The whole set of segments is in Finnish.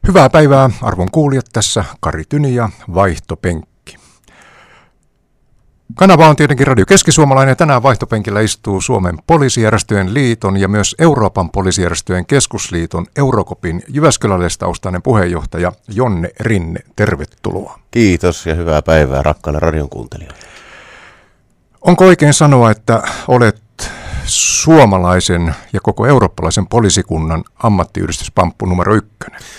Hyvää päivää, arvon kuulijat, tässä Kari Tyni ja Vaihtopenkki. Kanava on tietenkin Radio Keski-Suomalainen ja tänään vaihtopenkillä istuu Suomen poliisijärjestöjen liiton ja myös Euroopan poliisijärjestöjen keskusliiton Eurocopin jyväskyläläistaustainen puheenjohtaja Jonne Rinne. Tervetuloa. Kiitos ja hyvää päivää rakkaille radion kuuntelijoille. Onko oikein sanoa, että olet suomalaisen ja koko eurooppalaisen poliisikunnan ammattiyhdistyspamppu numero 1?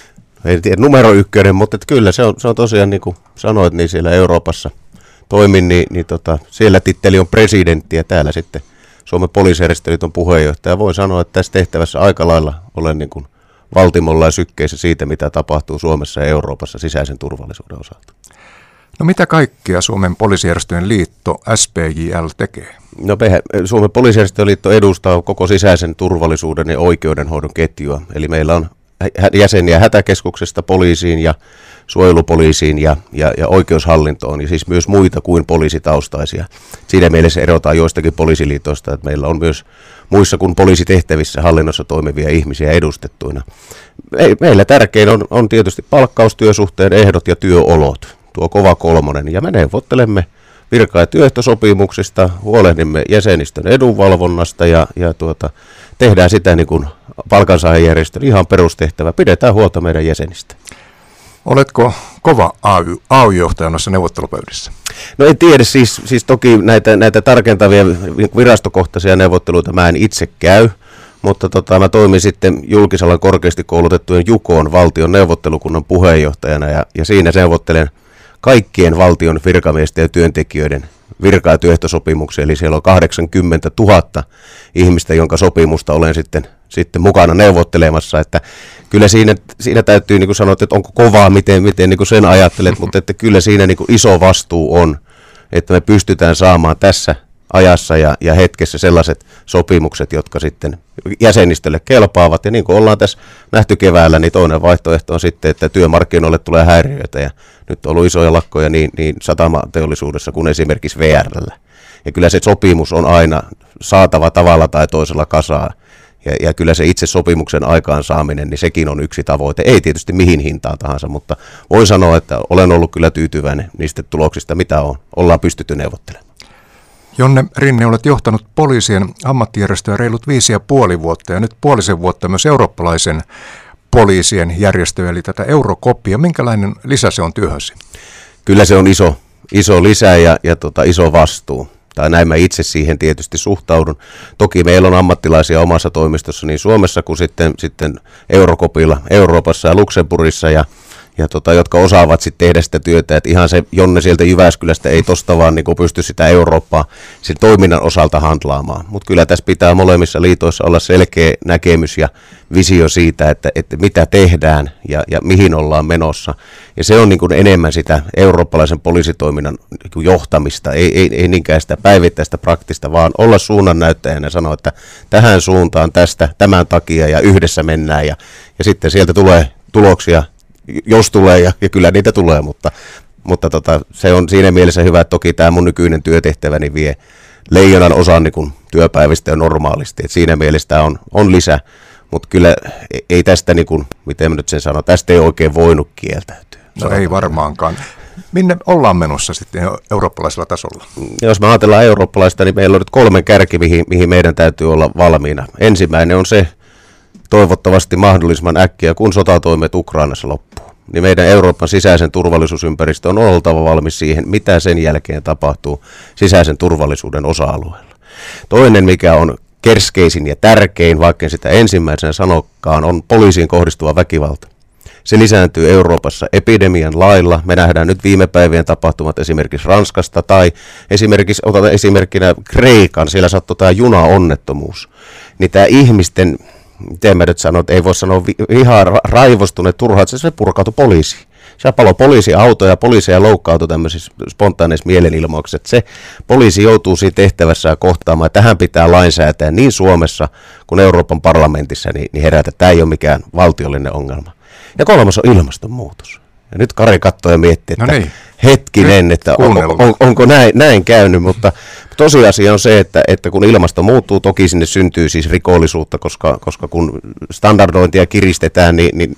En tiedä numero 1, mutta kyllä se on tosiaan niin kuin sanoit, niin siellä Euroopassa toimin, siellä titteli on presidentti ja täällä sitten Suomen poliisijärjestöliiton puheenjohtaja. Voin sanoa, että tässä tehtävässä aika lailla olen niin kuin valtimolla ja sykkeissä siitä, mitä tapahtuu Suomessa ja Euroopassa sisäisen turvallisuuden osalta. No mitä kaikkea Suomen poliisijärjestöjen liitto SPJL tekee? No Suomen poliisijärjestöjen liitto edustaa koko sisäisen turvallisuuden ja oikeudenhoidon ketjua. Eli meillä on jäseniä hätäkeskuksesta poliisiin ja suojelupoliisiin ja oikeushallintoon, ja siis myös muita kuin poliisitaustaisia. Siinä mielessä erotaan joistakin poliisiliitoista, että meillä on myös muissa kuin poliisitehtävissä hallinnossa toimivia ihmisiä edustettuina. Meillä tärkein on tietysti palkkaustyösuhteen ehdot ja työolot, tuo kova kolmonen, ja me neuvottelemme virka- ja työehtosopimuksista, huolehdimme jäsenistön edunvalvonnasta ja tehdään sitä niin kuin palkansaajajärjestön ihan perustehtävä, pidetään huolta meidän jäsenistä. Oletko kova AY-johtaja noissa neuvottelupöydissä? No en tiedä, siis toki näitä tarkentavia virastokohtaisia neuvotteluita mä en itse käy, mutta mä toimin sitten julkisalan korkeasti koulutettujen JUKOn valtion neuvottelukunnan puheenjohtajana ja siinä neuvottelen kaikkien valtion virkamiesten ja työntekijöiden virka- ja työehtosopimuksia, eli siellä on 80 000 ihmistä, jonka sopimusta olen sitten mukana neuvottelemassa, että kyllä siinä täytyy niin kuin sanoa, että onko kovaa, miten niin kuin sen ajattelet, mutta että kyllä siinä niin kuin iso vastuu on, että me pystytään saamaan tässä ajassa ja hetkessä sellaiset sopimukset, jotka sitten jäsenistölle kelpaavat, ja niin kuin ollaan tässä nähty keväällä, niin toinen vaihtoehto on sitten, että työmarkkinoille tulee häiriöitä, ja nyt on ollut isoja lakkoja niin satamateollisuudessa kuin esimerkiksi VR:llä. Ja kyllä se sopimus on aina saatava tavalla tai toisella kasaan, ja kyllä se itse sopimuksen aikaansaaminen, niin sekin on yksi tavoite, ei tietysti mihin hintaan tahansa, mutta voin sanoa, että olen ollut kyllä tyytyväinen niistä tuloksista, mitä ollaan pystytty neuvottelemaan. Jonne Rinne, olet johtanut poliisien ammattijärjestöä reilut 5,5 vuotta ja nyt puolisen vuotta myös eurooppalaisen poliisien järjestöä, eli tätä Eurocopia. Minkälainen lisä se on työhösi? Kyllä se on iso lisä ja iso vastuu. Tai näin mä itse siihen tietysti suhtaudun. Toki meillä on ammattilaisia omassa toimistossa niin Suomessa kuin sitten Eurocopilla, Euroopassa ja Luxemburgissa jotka osaavat sitten tehdä sitä työtä, että ihan se Jonne sieltä Jyväskylästä ei tosta vaan niin pysty sitä Eurooppaa sen toiminnan osalta handlaamaan. Mutta kyllä tässä pitää molemmissa liitoissa olla selkeä näkemys ja visio siitä, että mitä tehdään ja mihin ollaan menossa. Ja se on niin kuin enemmän sitä eurooppalaisen poliisitoiminnan niin johtamista, ei niinkään sitä päivittäistä praktista, vaan olla suunnannäyttäjänä ja sanoa, että tähän suuntaan tästä, tämän takia ja yhdessä mennään ja sitten sieltä tulee tuloksia, jos tulee, ja kyllä niitä tulee, mutta se on siinä mielessä hyvä, että toki tämä mun nykyinen työtehtäväni vie leijonan osan niin kuin työpäivistä jo normaalisti, että siinä mielessä tämä on lisä, mutta kyllä ei tästä, niin kuin, miten mä nyt sen sanon, tästä ei oikein voinut kieltäytyä. No ei varmaankaan. Minne ollaan menossa sitten eurooppalaisella tasolla? Jos me ajatellaan eurooppalaista, niin meillä on nyt 3 kärki, mihin meidän täytyy olla valmiina. Ensimmäinen on se, toivottavasti mahdollisimman äkkiä, kun sotatoimet Ukrainassa loppuu, niin meidän Euroopan sisäisen turvallisuusympäristö on oltava valmis siihen, mitä sen jälkeen tapahtuu sisäisen turvallisuuden osa-alueella. Toinen, mikä on keskeisin ja tärkein, vaikka sitä ensimmäisenä sanokaan, on poliisiin kohdistuva väkivalta. Se lisääntyy Euroopassa epidemian lailla. Me nähdään nyt viime päivien tapahtumat esimerkiksi Ranskasta tai otetaan esimerkkinä Kreikan, siellä sattui tämä junaonnettomuus. Niin tämä ihmisten, miten mä nyt sanon, ei voi sanoa ihan raivostuneet turhaa, että se purkautui poliisiin. Se palo poliisiautoja, poliiseja loukkautui tämmöisissä spontaaneissa mielenilmauksissa. Se poliisi joutuu siinä tehtävässä kohtaamaan, että tähän pitää lainsäätää niin Suomessa kuin Euroopan parlamentissa, niin herätä, tämä ei ole mikään valtiollinen ongelma. Ja 3. on ilmastonmuutos. Ja nyt Kari katsoo ja miettii, että no niin, hetkinen, että onko näin käynyt, mutta tosiasia on se, että kun ilmasto muuttuu, toki sinne syntyy siis rikollisuutta, koska kun standardointia kiristetään, niin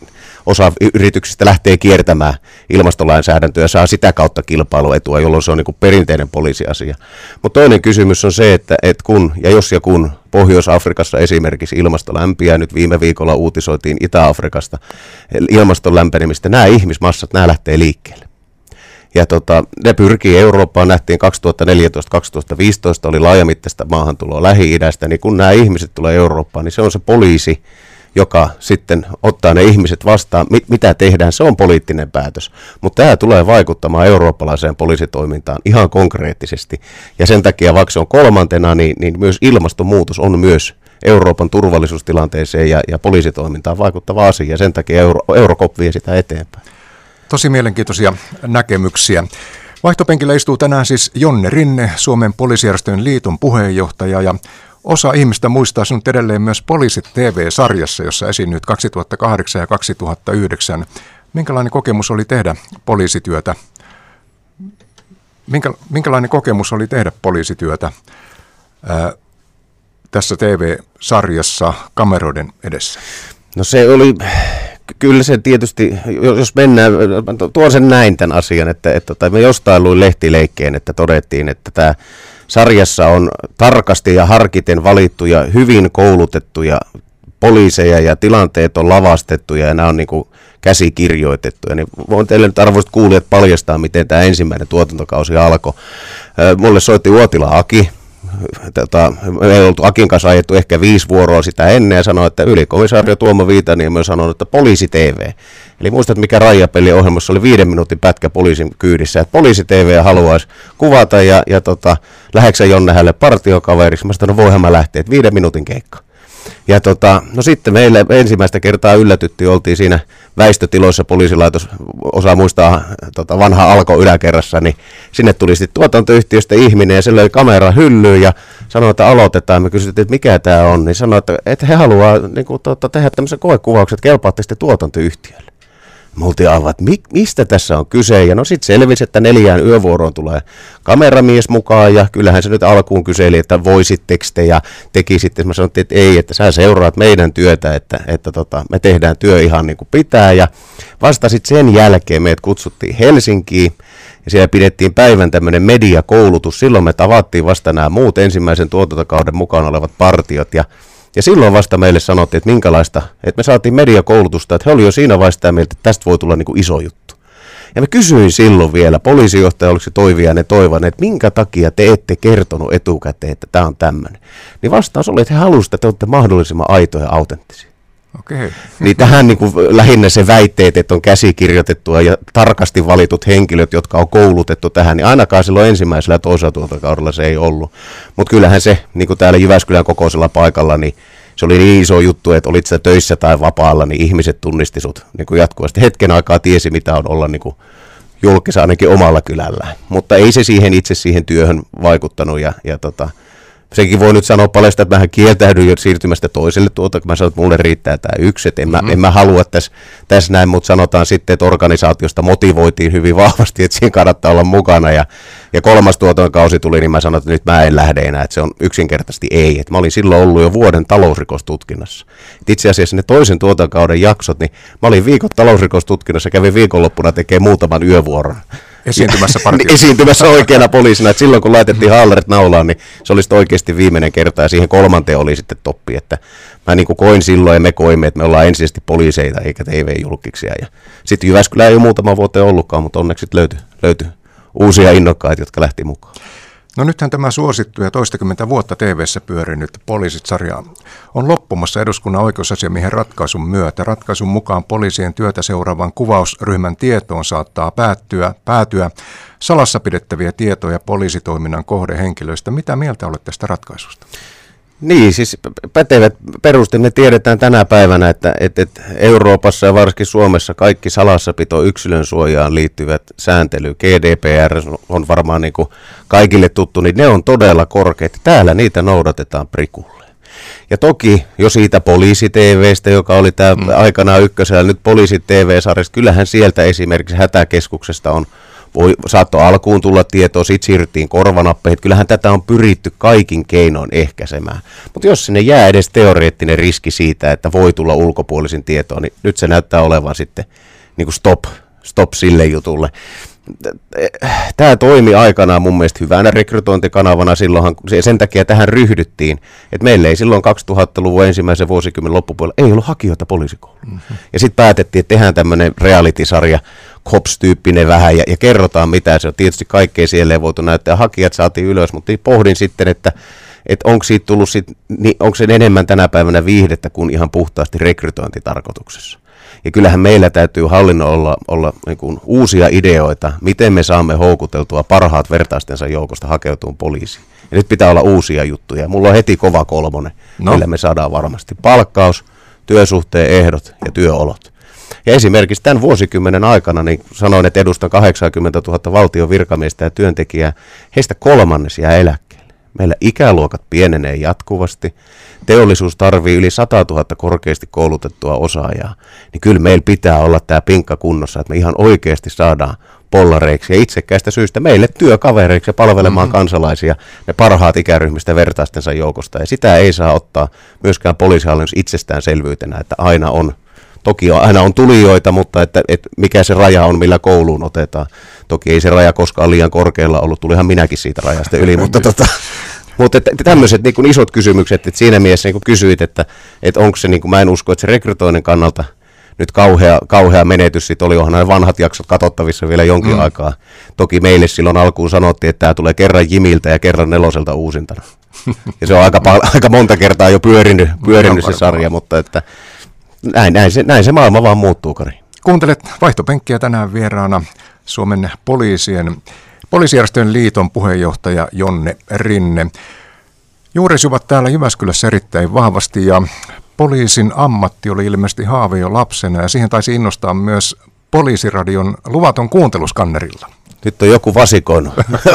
osa yrityksistä lähtee kiertämään ilmastolainsäädäntöä ja saa sitä kautta kilpailuetua, jolloin se on niin kuin perinteinen poliisiasia. Mutta toinen kysymys on se, että kun ja jos ja kun Pohjois-Afrikassa esimerkiksi ilmasto lämpiää, nyt viime viikolla uutisoitiin Itä-Afrikasta ilmaston lämpenemistä, nämä ihmismassat, nämä lähtee liikkeelle. Ja ne pyrkii Eurooppaan, nähtiin 2014-2015 oli laajamittaista maahantuloa Lähi-idästä, niin kun nämä ihmiset tulee Eurooppaan, niin se on se poliisi, joka sitten ottaa ne ihmiset vastaan. Mitä tehdään, se on poliittinen päätös. Mutta tämä tulee vaikuttamaan eurooppalaiseen poliisitoimintaan ihan konkreettisesti. Ja sen takia, vaikka se on kolmantena, niin myös ilmastonmuutos on myös Euroopan turvallisuustilanteeseen ja poliisitoimintaan vaikuttava asia. Ja sen takia Eurocop vie sitä eteenpäin. Tosi mielenkiintoisia näkemyksiä. Vaihtopenkillä istuu tänään siis Jonne Rinne, Suomen poliisijärjestöjen liiton puheenjohtaja, ja osa ihmistä muistaa sinut edelleen myös Poliisit TV-sarjassa, jossa esiinnyt 2008 ja 2009. Minkälainen kokemus oli tehdä poliisityötä? Minkälainen kokemus oli tehdä poliisityötä tässä TV-sarjassa kameroiden edessä? No se oli, kyllä se tietysti, jos mennään, tuon sen näin tämän asian, että me jostain luin lehtileikkeen, että todettiin, että tämä sarjassa on tarkasti ja harkiten valittuja, hyvin koulutettuja poliiseja ja tilanteet on lavastettuja ja nämä on niin kuin käsikirjoitettuja. Niin voin teille nyt arvoisat kuulijat paljastaa, miten tämä ensimmäinen tuotantokausi alkoi. Mulle soitti Uotila Aki. Me ei oltu Akin kanssa ajettu ehkä 5 vuoroa sitä ennen ja sanoi, että ylikomisario Tuomo Viitaniemi on sanonut, että Poliisi TV. Eli muistat, mikä Rajapelin ohjelmassa oli 5 minuutin pätkä poliisin kyydissä, että Poliisi TV haluaisi kuvata ja läheksä Jonne hänelle partiokaveriksi. Mä sanoin, no voihan mä lähteä, että 5 minuutin keikka. Ja no sitten meille ensimmäistä kertaa yllätyttiin, oltiin siinä väistötiloissa, poliisilaitos osaa muistaa vanha Alko yläkerrassa, niin sinne tuli sitten tuotantoyhtiöstä ihminen ja sillä oli kamera hyllyyn ja sanoi, että aloitetaan. Me kysyttiin, että mikä tämä on, niin sanoi, että he haluaa niin tehdä tämmöisen koekuvauksen, että kelpaatte sitten tuotantoyhtiölle. Me oltiin aivan, että mistä tässä on kyse, ja no sitten selvisi, että 4 yövuoroon tulee kameramies mukaan, ja kyllähän se nyt alkuun kyseli, että voisitteko te, ja teki sitten, mä sanottiin, että ei, että sä seuraat meidän työtä, että me tehdään työ ihan niin kuin pitää, ja vasta sitten sen jälkeen meidät kutsuttiin Helsinkiin, ja siellä pidettiin päivän tämmöinen mediakoulutus, silloin me tavattiin vasta nämä muut ensimmäisen tuotantokauden mukaan olevat partiot, ja silloin vasta meille sanottiin, että minkälaista, että me saatiin mediakoulutusta, että he olivat jo siinä vaiheessa sitä mieltä, että tästä voi tulla niin kuin iso juttu. Ja mä kysyin silloin vielä, poliisijohtaja, oliko se Toiviainen Toivanen, että minkä takia te ette kertonut etukäteen, että tämä on tämmöinen. Niin vastaus oli, että he halusivat, että te olette mahdollisimman aitoja ja autenttisia. Okay. Niin tähän niin kuin lähinnä se väitteet, että on käsikirjoitettua ja tarkasti valitut henkilöt, jotka on koulutettu tähän, niin ainakaan silloin ensimmäisellä ja toisella tuotantokaudella se ei ollut. Mutta kyllähän se, niin kuin täällä Jyväskylän kokoisella paikalla, niin se oli niin iso juttu, että olit sä töissä tai vapaalla, niin ihmiset tunnisti sut niin kuin jatkuvasti. Hetken aikaa tiesi, mitä on olla niin kuin julkisa ainakin omalla kylällään. Mutta ei se itse siihen työhön vaikuttanut ja senkin voi nyt sanoa paljon sitä, että mähän kieltäydyin jo siirtymästä toiselle kun mä sanoin, että mulle riittää tämä yksi, että en mä halua tässä näin, mutta sanotaan sitten, että organisaatiosta motivoitiin hyvin vahvasti, että siinä kannattaa olla mukana ja 3. tuotantokausi tuli, niin mä sanoin, että nyt mä en lähde enää, että se on yksinkertaisesti ei, että mä olin silloin ollut jo vuoden talousrikostutkinnassa. Et itse asiassa ne toisen tuotantokauden jaksot, niin mä olin viikot talousrikostutkinnassa, kävin viikonloppuna tekemään muutaman yövuoron. Esiintymässä oikeana poliisina, että silloin kun laitettiin haalarit naulaan, niin se oli oikeasti viimeinen kerta ja siihen 3. oli sitten toppi, että mä niin kuin koin silloin ja me koimme, että me ollaan ensisijaisesti poliiseita eikä TV-julkiksia ja sitten Jyväskylä ei ole muutama vuoteen ollutkaan, mutta onneksi löytyi uusia innokkaita, jotka lähti mukaan. No nythän tämä suosittu ja toistakymmentä vuotta TV:ssä pyörinyt Poliisit-sarja on loppumassa eduskunnan oikeusasiamiehen ratkaisun myötä. Ratkaisun mukaan poliisien työtä seuraavan kuvausryhmän tietoon saattaa päätyä salassa pidettäviä tietoja poliisitoiminnan kohdehenkilöistä. Mitä mieltä olet tästä ratkaisusta? Niin, siis pätevät perusteet. Me tiedetään tänä päivänä, että Euroopassa ja varsinkin Suomessa kaikki salassapito yksilön suojaan liittyvät sääntely, GDPR on varmaan niin kuin kaikille tuttu, niin ne on todella korkeat. Täällä niitä noudatetaan prikulle. Ja toki jo siitä Poliisi-TV:stä, joka oli tämä aikanaan ykkösellä, nyt Poliisi-TV-sarjasta, kyllähän sieltä esimerkiksi hätäkeskuksesta on Saattoi alkuun tulla tietoa, sitten siirryttiin korvanappeihin. Kyllähän tätä on pyritty kaikin keinoin ehkäisemään. Mutta jos sinne jää edes teoreettinen riski siitä, että voi tulla ulkopuolisin tietoa, niin nyt se näyttää olevan sitten niin kuin stop sille jutulle. Tämä toimi aikanaan mun mielestä hyvänä rekrytointikanavana, silloinhan sen takia tähän ryhdyttiin, että meillä ei silloin 2000-luvun ensimmäisen vuosikymmenen loppupuolella ei ollut hakijoita poliisikouluun. Mm-hmm. Ja sitten päätettiin, että tehdään tämmöinen reality-sarja, Cops-tyyppinen vähän, ja kerrotaan mitä se on. Tietysti kaikkea siellä ei voitu näyttää, hakijat saatiin ylös, mutta pohdin sitten, että onko siitä tullut onko se enemmän tänä päivänä viihdettä kuin ihan puhtaasti rekrytointitarkoituksessa. Ja kyllähän meillä täytyy hallinnolla olla niin kuin uusia ideoita, miten me saamme houkuteltua parhaat vertaistensa joukosta hakeutumaan poliisiin. Ja nyt pitää olla uusia juttuja. Mulla on heti kova kolmonen, millä me saadaan varmasti palkkaus, työsuhteen ehdot ja työolot. Ja esimerkiksi tämän vuosikymmenen aikana niin sanoin, että edustan 80 000 valtion virkamiestä ja työntekijää, heistä kolmannes jää eläkkeelle. Meillä ikäluokat pienenee jatkuvasti, teollisuus tarvii yli 100 000 korkeasti koulutettua osaajaa, niin kyllä meillä pitää olla tämä pinkka kunnossa, että me ihan oikeasti saadaan pollareiksi ja itsekkäistä syystä meille työkavereiksi ja palvelemaan kansalaisia ne parhaat ikäryhmistä vertaistensa joukosta. Ja sitä ei saa ottaa myöskään poliisihallinnossa itsestäänselvyytenä, että toki aina on tulijoita, mutta että mikä se raja on, millä kouluun otetaan. Toki ei se raja koskaan liian korkealla ollut, tulihan minäkin siitä rajasta yli, mutta tämmöiset niin kuin isot kysymykset, että siinä mielessä niin kuin kysyit, että onko se, niin kuin mä en usko, että se rekrytoinnin kannalta nyt kauhea menetys, sit oli onhan nämä vanhat jaksot katsottavissa vielä jonkin aikaa. Toki meille silloin alkuun sanottiin, että tämä tulee kerran Jimiltä ja kerran Neloselta uusintana. Ja se on aika monta kertaa jo pyörinyt se sarja, mutta että näin se maailma vaan muuttuu, Kari. Kuuntelet vaihtopenkkiä tänään vieraana Suomen poliisijärjestöjen liiton puheenjohtaja Jonne Rinne. Juurisivat täällä Jyväskylässä erittäin vahvasti ja poliisin ammatti oli ilmeisesti haave jo lapsena ja siihen taisi innostaa myös Poliisiradion luvaton kuunteluskannerilla. Nyt on joku vasikoinut.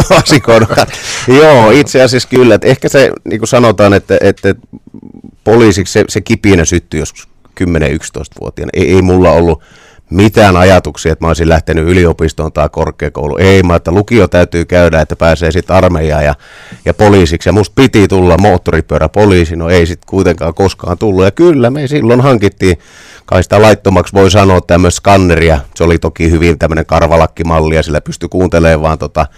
Joo, itse asiassa kyllä. Että ehkä se, niin kuin sanotaan, että poliisiksi se kipinä syttyi joskus 10-11-vuotiaana. Ei mulla ollut mitään ajatuksia, että mä olisin lähtenyt yliopistoon tai korkeakouluun. Ei, että lukio täytyy käydä, että pääsee sitten armeijaan ja poliisiksi. Ja musta piti tulla moottoripyöräpoliisi, no ei sitten kuitenkaan koskaan tullut. Ja kyllä, me silloin hankittiin, kai sitä laittomaksi voi sanoa, tämmöistä skanneria. Se oli toki hyvin tämmöinen karvalakkimalli ja sillä pystyi kuuntelemaan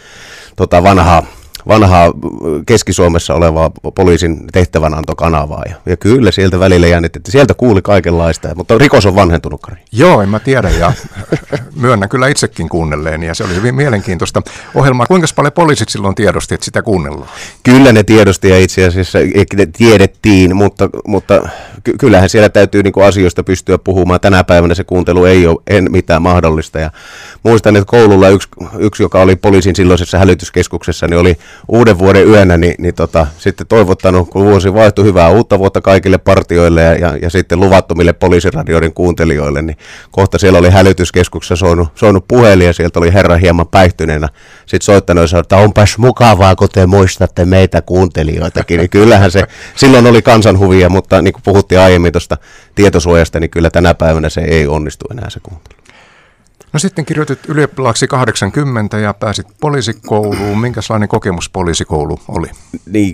vaan vanhaa Keski-Suomessa olevaa poliisin tehtävänantokanavaa. Ja kyllä sieltä välillä jännitettiin. Sieltä kuuli kaikenlaista, mutta rikos on vanhentunut, Kari. Joo, en mä tiedä ja myönnän kyllä itsekin kuunnelleen ja se oli hyvin mielenkiintoista ohjelmaa. Kuinka paljon poliisit silloin tiedosti, että sitä kuunnellaan? Kyllä ne tiedosti ja itse asiassa tiedettiin, mutta kyllähän siellä täytyy niin kuin asioista pystyä puhumaan. Tänä päivänä se kuuntelu ei ole mitään mahdollista. Ja muistan, että koululla yksi, joka oli poliisin silloisessa hälytyskeskuksessa, niin oli uuden vuoden yönä sitten toivottanut, kun vuosi vaihtui, hyvää uutta vuotta kaikille partioille ja sitten luvattomille poliisiradioiden kuuntelijoille, niin kohta siellä oli hälytyskeskuksessa soinut puhelin ja sieltä oli herra hieman päihtyneenä sitten soittanut ja sanoi, että onpas mukavaa, kun te muistatte meitä kuuntelijoitakin, niin kyllähän se silloin oli kansanhuvia, mutta niin kuin puhuttiin aiemmin tuosta tietosuojasta, niin kyllä tänä päivänä se ei onnistu enää se kuuntelu. No sitten kirjoitit ylioppilaaksi 80 ja pääsit poliisikouluun. Minkälainen kokemus poliisikoulu oli? Niin,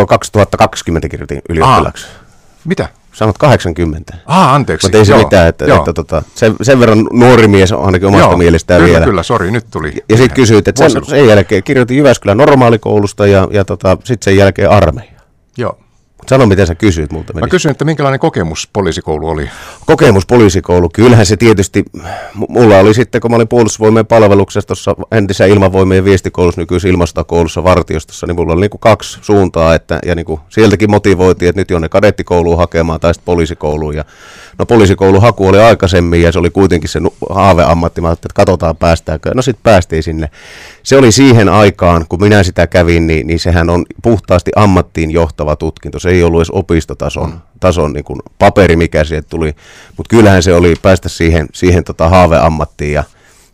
2020 kirjoitin ylioppilaaksi. Mitä? Sanot 80. Anteeksi. Mutta ei se mitään, että sen verran nuori mies on ainakin omasta mielestään kyllä, vielä. Kyllä, sori, nyt tuli. Ja sitten kysyit, että sen jälkeen kirjoitin Jyväskylän normaalikoulusta ja sitten sen jälkeen armeija. Joo. Sano, miten sä kysyit multa. Mä kysyin, että minkälainen kokemus poliisikoulu oli? Kokemus poliisikoulu, kyllähän se tietysti, mulla oli sitten, kun mä olin puolustusvoimien palveluksessa tuossa entisessä ilmavoimien viestikoulussa, nykyisessä ilmastokoulussa, vartiostossa, niin mulla oli niin kuin kaksi suuntaa, ja niin kuin sieltäkin motivoitiin, että nyt jonne kadettikouluun hakemaan tai sitten poliisikouluun. Ja no poliisikouluhaku oli aikaisemmin ja se oli kuitenkin se haaveammatti, mä ajattelin, että katsotaan päästäänkö. No sitten päästiin sinne. Se oli siihen aikaan, kun minä sitä kävin, niin sehän on puhtaasti ammattiin johtava tutkinto. Se ei ollut edes opistotason niin kuin paperi, mikä sieltä tuli, mutta kyllähän se oli päästä siihen haaveammattiin ja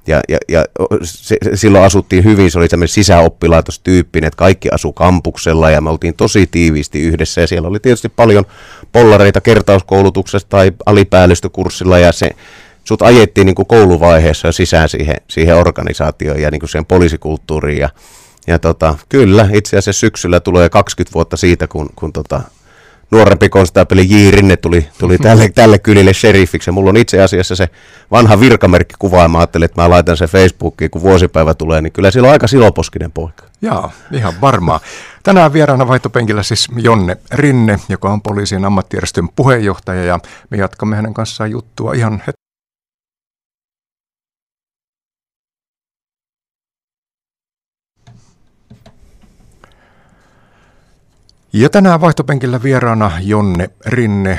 silloin asuttiin hyvin, se oli tämmöinen sisäoppilaitostyyppinen, että kaikki asu kampuksella ja me oltiin tosi tiiviisti yhdessä ja siellä oli tietysti paljon pollareita kertauskoulutuksesta tai alipäällystökurssilla ja sut ajettiin niin kuin kouluvaiheessa jo sisään siihen organisaatioon ja niin kuin siihen poliisikulttuuriin. Ja kyllä, itse asiassa syksyllä tulee 20 vuotta siitä, kun nuorempi konstaapeli J. Rinne tuli tälle kylille sheriffiksi. Ja mulla on itse asiassa se vanha virkamerkkikuva, ja mä ajattelin, että mä laitan sen Facebookiin, kun vuosipäivä tulee, niin kyllä sillä on aika siloposkinen poika. Jaa, ihan varmaa. Tänään vieraana vaihtopenkillä siis Jonne Rinne, joka on poliisien ammattijärjestön puheenjohtaja, ja me jatkamme hänen kanssaan juttua ihan hetki. Ja tänään vaihtopenkillä vieraana Jonne Rinne,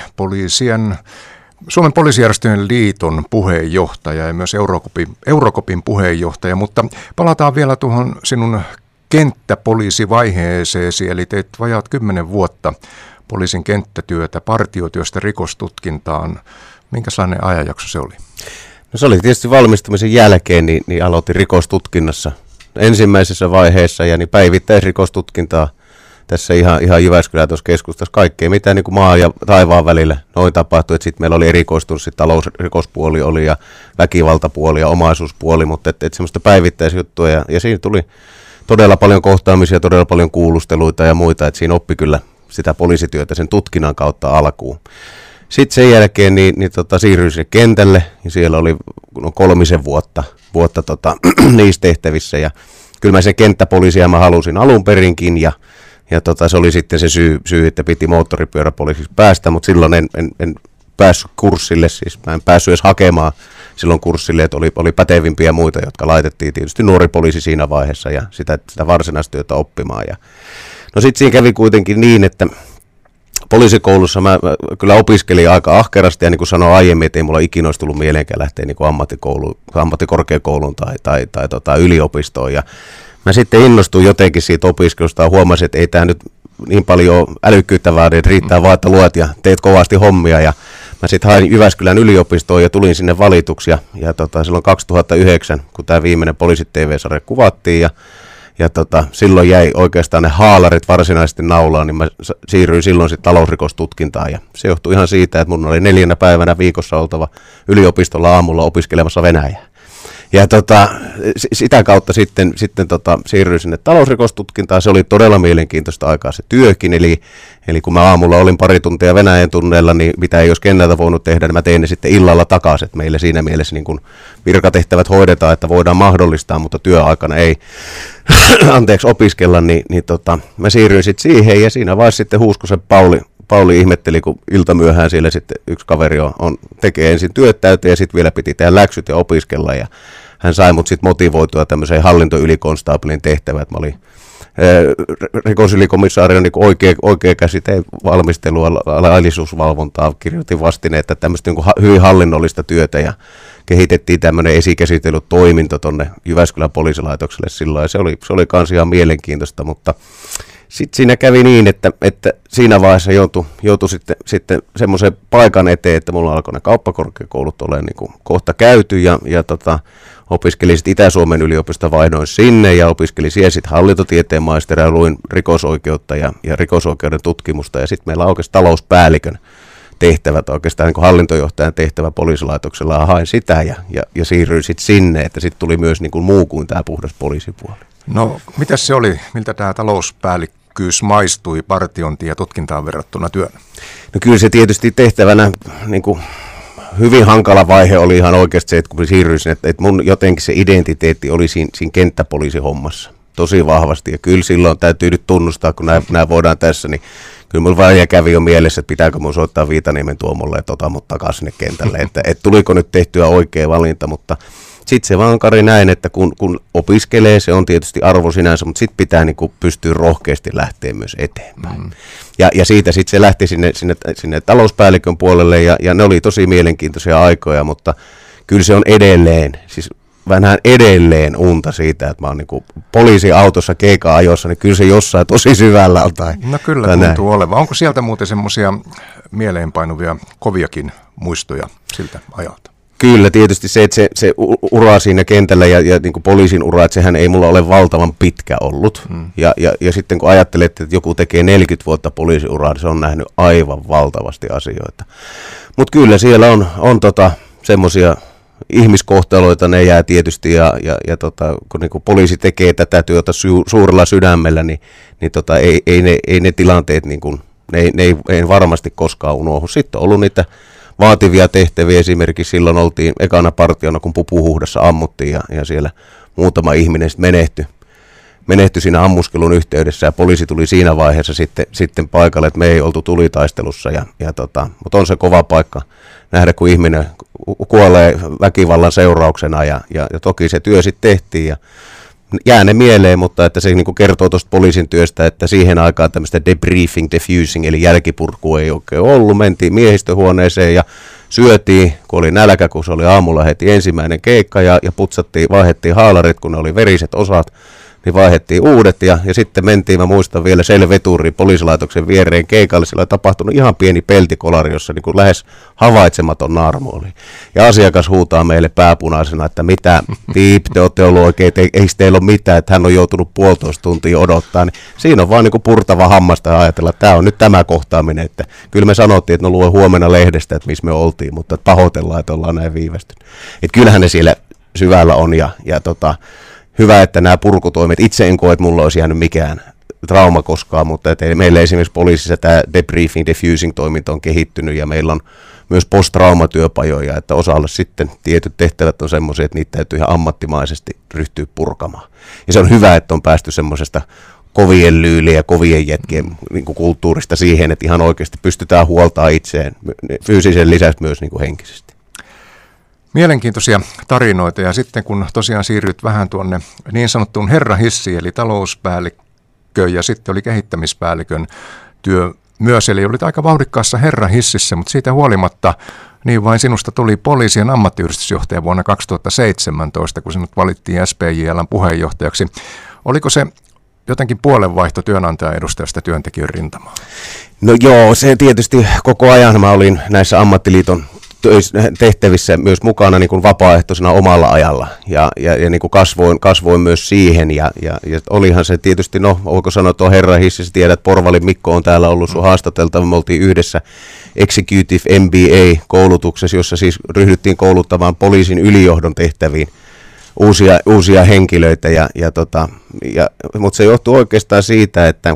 Suomen poliisijärjestöjen liiton puheenjohtaja ja myös Eurocopin puheenjohtaja, mutta palataan vielä tuohon sinun kenttäpoliisivaiheeseesi, eli teit vajaat 10 vuotta poliisin kenttätyötä, partiotyöstä rikostutkintaan. Minkälainen ajanjakso se oli? No se oli tietysti valmistumisen jälkeen, niin aloitin rikostutkinnassa ensimmäisessä vaiheessa ja niin päivittäisrikostutkintaa tässä ihan Jyväskylän tuossa keskustassa. Kaikkea, mitä niin kuin maa ja taivaan välillä noin tapahtui. Sitten meillä oli erikoistunut, talousrikospuoli oli ja väkivaltapuoli ja omaisuuspuoli, mutta et semmoista päivittäisjuttua. Ja siinä tuli todella paljon kohtaamisia, todella paljon kuulusteluita ja muita, että siinä oppi kyllä sitä poliisityötä sen tutkinnan kautta alkuun. Sitten sen jälkeen siirryin sinne kentälle ja siellä oli 3 vuotta niissä tehtävissä. Ja kyllä mä sen kenttäpoliisia mä halusin alun perinkin ja se oli sitten se syy, että piti moottoripyöräpoliisiksi päästä, mutta silloin en päässyt kurssille, siis mä en päässyt edes hakemaan silloin kurssille, että oli pätevimpiä muita, jotka laitettiin tietysti nuori poliisi siinä vaiheessa ja sitä varsinaistyötä oppimaan. No sitten siinä kävi kuitenkin niin, että poliisikoulussa mä kyllä opiskelin aika ahkerasti ja niin kuin sanoin aiemmin, että ei mulla ikinä olisi tullut mieleenkään lähteä niin kuin ammattikorkeakouluun tai yliopistoon ja mä sitten innostuin jotenkin siitä opiskelusta ja huomasin, että ei tämä nyt niin paljon älykkyyttä vaadi, että riittää vaan, että luet ja teet kovasti hommia. Ja mä sitten hain Jyväskylän yliopistoon ja tulin sinne valituksi. Ja silloin 2009, kun tämä viimeinen Poliisit-TV-sarja kuvattiin ja silloin jäi oikeastaan ne haalarit varsinaisesti naulaan, niin mä siirryin silloin sitten talousrikostutkintaan. Ja se johtui ihan siitä, että mun oli 4 päivänä viikossa oltava yliopistolla aamulla opiskelemassa Venäjää. Ja sitä kautta sitten siirryin sinne talousrikostutkintaan. Se oli todella mielenkiintoista aikaa se työkin. Eli kun mä aamulla olin pari tuntia Venäjän tunneilla, niin mitä ei olisi kenneltä voinut tehdä, niin mä tein ne sitten illalla takaisin. Että meille siinä mielessä niin kun virkatehtävät hoidetaan, että voidaan mahdollistaa, mutta työaikana ei opiskella. Mä siirryin sitten siihen ja siinä vaiheessa sitten Huuskosen Pauli ihmetteli, kun iltamyöhään siellä sitten yksi kaveri tekee ensin työt täyteen ja sitten vielä piti tehdä läksyt ja opiskella. Ja hän sai mut sitten motivoitua tämmöiseen hallintoylikonstaapelin tehtävään. Mä olin rikosylikomissaario niin oikea käsite valmistelua, laillisuusvalvontaa, kirjoitin vastineetta tämmöistä niin hyvin hallinnollista työtä ja kehitettiin tämmöinen esikäsittelytoiminto tuonne Jyväskylän poliisilaitokselle silloin ja se oli kans ihan mielenkiintoista, mutta sitten siinä kävi niin, että siinä vaiheessa joutui sitten semmoisen paikan eteen, että mulla alkoi ne kauppakorkeakoulut olemaan niin kuin kohta käyty ja opiskelin sitten Itä-Suomen yliopistosta, vaihdoin sinne ja opiskelin siellä sitten hallintotieteen maisteria ja luin rikosoikeutta ja rikosoikeuden tutkimusta ja sitten meillä aukesi talouspäällikön tehtävät, oikeastaan niin kuin hallintojohtajan tehtävä poliisilaitoksella ja hain sitä ja siirryin sitten sinne, että sitten tuli myös niin kuin muu kuin tämä puhdas poliisipuoli. No, mitäs se oli? Miltä tämä talouspäällikkyys maistui partiointiin ja tutkintaan verrattuna työnä? No kyllä se tietysti tehtävänä niin kuin hyvin hankala vaihe oli ihan oikeasti se, että kun siirryin sinne, että mun jotenkin se identiteetti oli siinä kenttäpoliisihommassa tosi vahvasti. Ja kyllä silloin täytyy nyt tunnustaa, kun nämä voidaan tässä, niin kyllä mulla vähän kävi jo mielessä, että pitääkö mun soittaa Viitaniemen Tuomolle, että ota mut takaisin sinne kentälle. Että tuliko nyt tehtyä oikea valinta, mutta sitten se vaan Kari näin, että kun opiskelee, se on tietysti arvo sinänsä, mutta sitten pitää niin kuin pystyä rohkeasti lähteä myös eteenpäin. Ja siitä sitten se lähti sinne talouspäällikön puolelle ja ne oli tosi mielenkiintoisia aikoja, mutta kyllä se on vähän edelleen unta siitä, että mä oon niin poliisiautossa keika-ajossa, niin kyllä se jossain tosi syvällä on. No kyllä tuntuu olevan. Onko sieltä muuten semmoisia mieleenpainuvia koviakin muistoja siltä ajalta? Kyllä, tietysti se, että se ura siinä kentällä ja niin kuin poliisin ura, että sehän ei mulla ole valtavan pitkä ollut. Ja sitten kun ajattelet, että joku tekee 40 vuotta poliisiuraa, niin se on nähnyt aivan valtavasti asioita. Mutta kyllä siellä on semmoisia ihmiskohtaloita ne jää tietysti, kun niin kuin poliisi tekee tätä työtä suurella sydämellä, niin ei ne tilanteet, niin kuin, ne ei varmasti koskaan unohdu. Sitten on ollut niitä vaativia tehtäviä, esimerkiksi silloin oltiin ekana partiona, kun Pupuhuhdassa ammuttiin ja siellä muutama ihminen menehtyi siinä ammuskelun yhteydessä ja poliisi tuli siinä vaiheessa sitten paikalle, että me ei oltu tulitaistelussa, mutta on se kova paikka nähdä, kun ihminen kuolee väkivallan seurauksena ja toki se työ sitten tehtiin ja jää ne mieleen, mutta että se niin kuin kertoo tuosta poliisin työstä, että siihen aikaan tämmöistä debriefing, diffusing eli jälkipurkua ei oikein ollut. Mentiin miehistöhuoneeseen ja syötiin, kun oli nälkä, kun se oli aamulla heti ensimmäinen keikka ja vaihdettiin haalarit, kun ne oli veriset osat, niin vaihdettiin uudet ja sitten mentiin, mä muistan vielä Selveturiin poliisilaitoksen viereen keikalle, siellä oli tapahtunut ihan pieni peltikolari, jossa niin kuin lähes havaitsematon naarmu oli. Ja asiakas huutaa meille pääpunaisena, että mitä te olette ollut oikein, ei teillä ole mitään, että hän on joutunut 1,5 tuntia odottaa. Niin siinä on vaan niin kuin purtava hammasta ja ajatella, että tämä on nyt tämä kohtaaminen, että kyllä me sanottiin, että no lue huomenna lehdestä, että missä me oltiin, mutta pahoitellaan, että ollaan näin viivästynyt. Että kyllähän ne siellä syvällä on ja hyvä, että nämä purkutoimet, itse en koe, että mulla olisi jäänyt mikään trauma koskaan, mutta meillä esimerkiksi poliisissa tämä debriefing, diffusing toiminta on kehittynyt ja meillä on myös post-traumatyöpajoja, että osalla sitten tietyt tehtävät on semmoisia, että niitä täytyy ihan ammattimaisesti ryhtyä purkamaan. Ja se on hyvä, että on päästy semmoisesta kovien lyylien ja kovien jätkien niin kuin kulttuurista siihen, että ihan oikeasti pystytään huoltaa itseen fyysisen lisäksi myös niin kuin henkisesti. Mielenkiintoisia tarinoita ja sitten kun tosiaan siirryt vähän tuonne niin sanottuun herrahissiin eli talouspäällikkö ja sitten oli kehittämispäällikön työ myös, eli olit aika vauhdikkaassa herrahississä, mutta siitä huolimatta niin vain sinusta tuli poliisien ammattiyhdistysjohtaja vuonna 2017, kun sinut valittiin SPJL:n puheenjohtajaksi. Oliko se jotenkin puolenvaihto työnantajan edustajasta työntekijän rintamaa? No joo, se tietysti koko ajan mä olin näissä ammattiliiton tehtävissä myös mukana niin kuin vapaaehtoisena omalla ajalla ja niin kuin kasvoin myös siihen ja olihan se tietysti, no voiko sanoa tuo herra hississä, tiedät, että Porvalin Mikko on täällä ollut sun haastateltava, me oltiin yhdessä Executive MBA-koulutuksessa, jossa siis ryhdyttiin kouluttamaan poliisin ylijohdon tehtäviin uusia henkilöitä, mutta se johtuu oikeastaan siitä, että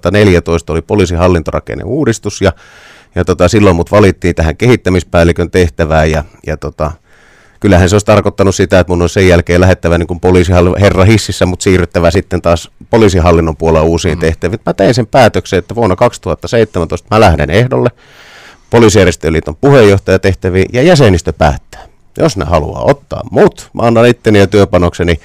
2014 oli poliisin hallintorakenneuudistus ja silloin mut valittiin tähän kehittämispäällikön tehtävään ja kyllähän se olisi tarkoittanut sitä, että mun on sen jälkeen lähettävä niin kuin herra hississä, mutta siirryttävä sitten taas poliisihallinnon puolella uusiin tehtäviin. Mä tein sen päätöksen, että vuonna 2017 mä lähden ehdolle Poliisijärjestöjen liiton puheenjohtajatehtäviin ja jäsenistö päättää. Jos ne haluaa ottaa mut, mä annan itteni ja työpanokseni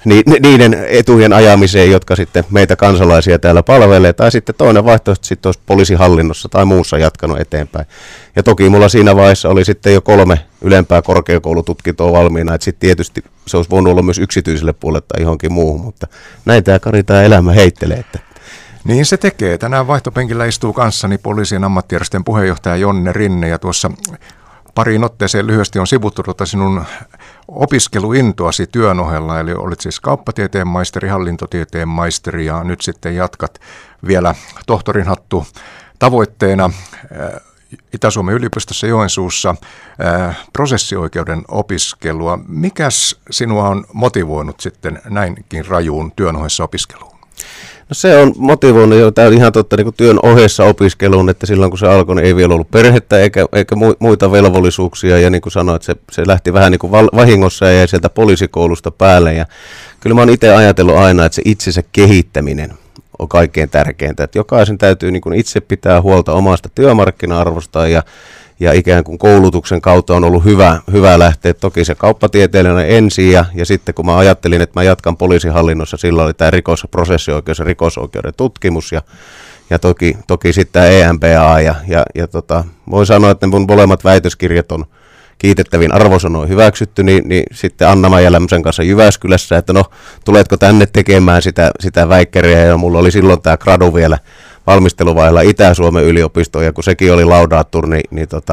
niiden etujen ajamiseen, jotka sitten meitä kansalaisia täällä palvelee, tai sitten toinen vaihtoehto sitten olisi poliisihallinnossa tai muussa jatkanut eteenpäin. Ja toki mulla siinä vaiheessa oli sitten jo 3 ylempää korkeakoulututkintoa valmiina, että sitten tietysti se olisi voinut olla myös yksityiselle puolelle tai johonkin muuhun, mutta näin tämä Kari, tämä elämä heittelee. Että. Niin se tekee. Tänään vaihtopenkillä istuu kanssani poliisien ammattijärjestön puheenjohtaja Jonne Rinne ja tuossa pariin otteeseen lyhyesti on sivuttu sinun opiskeluintoasi työn ohella, eli olit siis kauppatieteen maisteri, hallintotieteen maisteri ja nyt sitten jatkat vielä tohtorinhattu tavoitteena Itä-Suomen yliopistossa Joensuussa prosessioikeuden opiskelua. Mikäs sinua on motivoinut sitten näinkin rajuun työn ohessa opiskeluun? No se on motivoinut jo, tämä on ihan totta niin kuin työn ohessa opiskeluun, että silloin kun se alkoi, niin ei vielä ollut perhettä eikä muita velvollisuuksia ja niin kuin sanoit, se lähti vähän niin kuin vahingossa ja jäi sieltä poliisikoulusta päälle ja kyllä mä oon itse ajatellut aina, että se itsensä kehittäminen on kaikkein tärkeintä, että jokaisen täytyy niin kuin itse pitää huolta omasta työmarkkina-arvostaan ja ikään kuin koulutuksen kautta on ollut hyvä lähteä. Toki se kauppatieteellinen ensin ja sitten kun mä ajattelin, että mä jatkan poliisihallinnossa, silloin oli tämä prosessioikeus ja rikosoikeuden tutkimus ja toki sitten tämä EMBA ja voi sanoa, että ne mun molemmat väitöskirjat on kiitettäviin arvosanoin hyväksytty, niin sitten Anna-Maija Lämmösen kanssa Jyväskylässä, että no tuletko tänne tekemään sitä väikkäriä ja mulla oli silloin tämä gradu vielä valmisteluvaiheella Itä-Suomen yliopistoon, ja kun sekin oli laudaattur, niin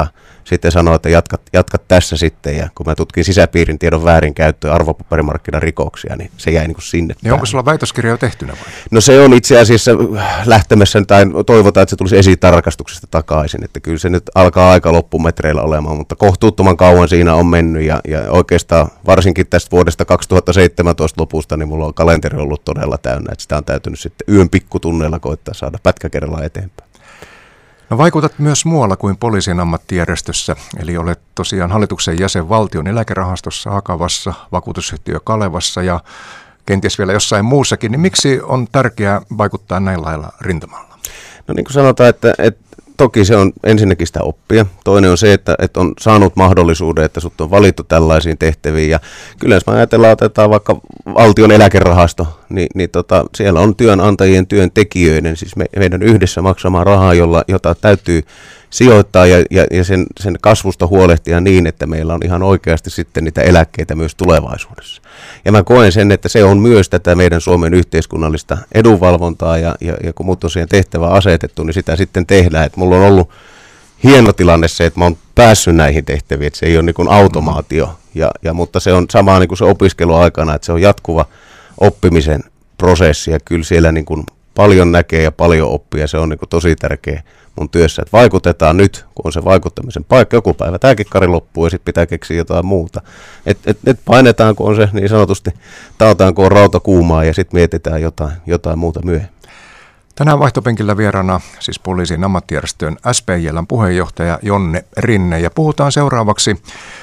sitten sanoo, että jatkat tässä sitten, ja kun mä tutkin sisäpiirin tiedon väärinkäyttöä ja arvopaperimarkkinarikoksia, niin se jäi niin kuin sinne. Ja onko sulla väitöskirja jo tehtynä vai? No se on itse asiassa lähtemässä, tai toivotaan, että se tulisi esitarkastuksesta takaisin, että kyllä se nyt alkaa aika loppumetreillä olemaan, mutta kohtuuttoman kauan siinä on mennyt, ja oikeastaan varsinkin tästä vuodesta 2017 lopusta, niin mulla on kalenteri ollut todella täynnä, että sitä on täytynyt sitten yön pikkutunneilla koittaa saada pätkä kerrallaan eteenpäin. No vaikutat myös muualla kuin poliisin ammattijärjestössä, eli olet tosiaan hallituksen jäsen Valtion eläkerahastossa, Akavassa, vakuutusyhtiö Kalevassa ja kenties vielä jossain muussakin, niin miksi on tärkeää vaikuttaa näin lailla rintamalla? No niin kuin sanotaan, että toki se on ensinnäkin sitä oppia. Toinen on se, että on saanut mahdollisuuden, että sut on valittu tällaisiin tehtäviin. Ja kyllä jos me ajatellaan, otetaan vaikka Valtion eläkerahasto, niin siellä on työnantajien, työntekijöiden, siis meidän yhdessä maksamaa rahaa, jota täytyy sijoittaa ja sen kasvusta huolehtia niin, että meillä on ihan oikeasti sitten niitä eläkkeitä myös tulevaisuudessa. Ja mä koen sen, että se on myös tätä meidän Suomen yhteiskunnallista edunvalvontaa ja kun mut on siihen tehtävään asetettu, niin sitä sitten tehdään. Et mulla on ollut hieno tilanne se, että mä oon päässyt näihin tehtäviin, että se ei ole niin kuin automaatio, mutta se on sama niin kuin se opiskeluaikana, että se on jatkuva oppimisen prosessi ja kyllä siellä niin kuin paljon näkee ja paljon oppii ja se on niin kuin tosi tärkeä mun työssä, että vaikutetaan nyt, kun on se vaikuttamisen paikka, joku päivä tämäkin kari loppuu ja sitten pitää keksiä jotain muuta. Et painetaan, kun on se niin sanotusti, taataan, kun on rauta kuumaa ja sitten mietitään jotain muuta myöhemmin. Tänään vaihtopenkillä vieraana siis poliisin ammattijärjestön SPJ:n puheenjohtaja Jonne Rinne ja puhutaan seuraavaksi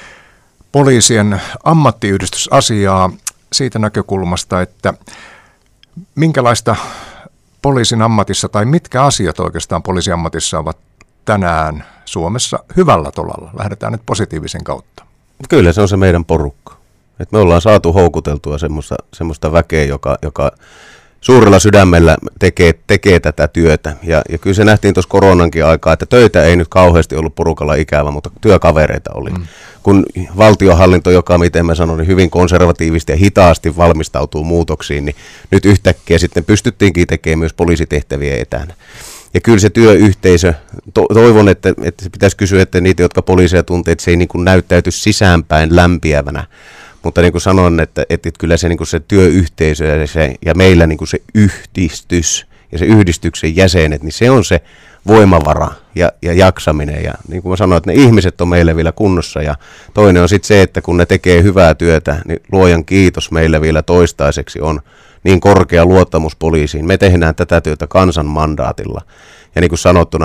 poliisien ammattiyhdistysasiaa siitä näkökulmasta, että minkälaista poliisin ammatissa tai mitkä asiat oikeastaan poliisiammatissa ovat tänään Suomessa hyvällä tolalla? Lähdetään nyt positiivisen kautta. Kyllä se on se meidän porukka. Et me ollaan saatu houkuteltua semmoista väkeä, joka suurella sydämellä tekee tätä työtä. Ja kyllä se nähtiin tuossa koronankin aikaa, että töitä ei nyt kauheasti ollut porukalla ikävä, mutta työkavereita oli. Kun valtionhallinto, joka miten mä sanoin, niin hyvin konservatiivisesti ja hitaasti valmistautuu muutoksiin, niin nyt yhtäkkiä sitten pystyttiinkin tekemään myös poliisitehtäviä etänä. Ja kyllä se työyhteisö, toivon, että se pitäisi kysyä, että niitä, jotka poliiseja tuntee, että se ei niin kuin näyttäyty sisäänpäin lämpiävänä. Mutta niin kuin sanon, että kyllä se, niin kuin se työyhteisö ja meillä niin kuin se yhdistys ja se yhdistyksen jäsenet, niin se on se voimavara ja jaksaminen. Ja niin kuin mä sanoin, että ne ihmiset on meille vielä kunnossa. Ja toinen on sitten se, että kun ne tekee hyvää työtä, niin luojan kiitos meille vielä toistaiseksi on niin korkea luottamus poliisiin. Me tehdään tätä työtä kansan mandaatilla. Ja niin kuin sanottuna,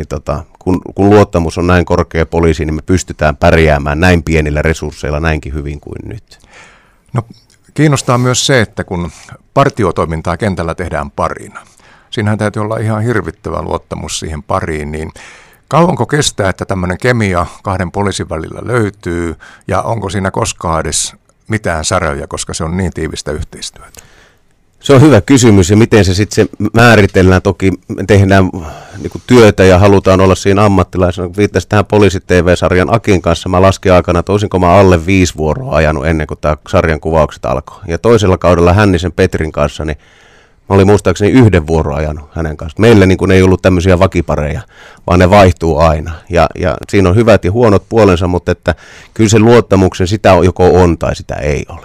kun luottamus on näin korkea poliisiin, niin me pystytään pärjäämään näin pienillä resursseilla näinkin hyvin kuin nyt. No, kiinnostaa myös se, että kun partiotoimintaa kentällä tehdään parina, siinähän täytyy olla ihan hirvittävä luottamus siihen pariin, niin kauanko kestää, että tämmöinen kemia kahden poliisin välillä löytyy ja onko siinä koskaan edes mitään säröjä, koska se on niin tiivistä yhteistyötä? Se on hyvä kysymys ja miten se sitten se määritellään. Toki me tehdään niin työtä ja halutaan olla siinä ammattilaisena. Kun viittasin tähän Poliisi-TV-sarjan Akin kanssa, mä laskin aikana, että olisinko mä alle 5 vuoroa ajanut ennen kuin tämä sarjan kuvaukset alkoi. Ja toisella kaudella Hännisen Petrin kanssa, niin mä olin muistaakseni 1 vuoroa ajanut hänen kanssa. Meillä niin ei ollut tämmöisiä vakipareja, vaan ne vaihtuu aina. Ja siinä on hyvät ja huonot puolensa, mutta että kyllä se luottamuksen sitä joko on tai sitä ei ole.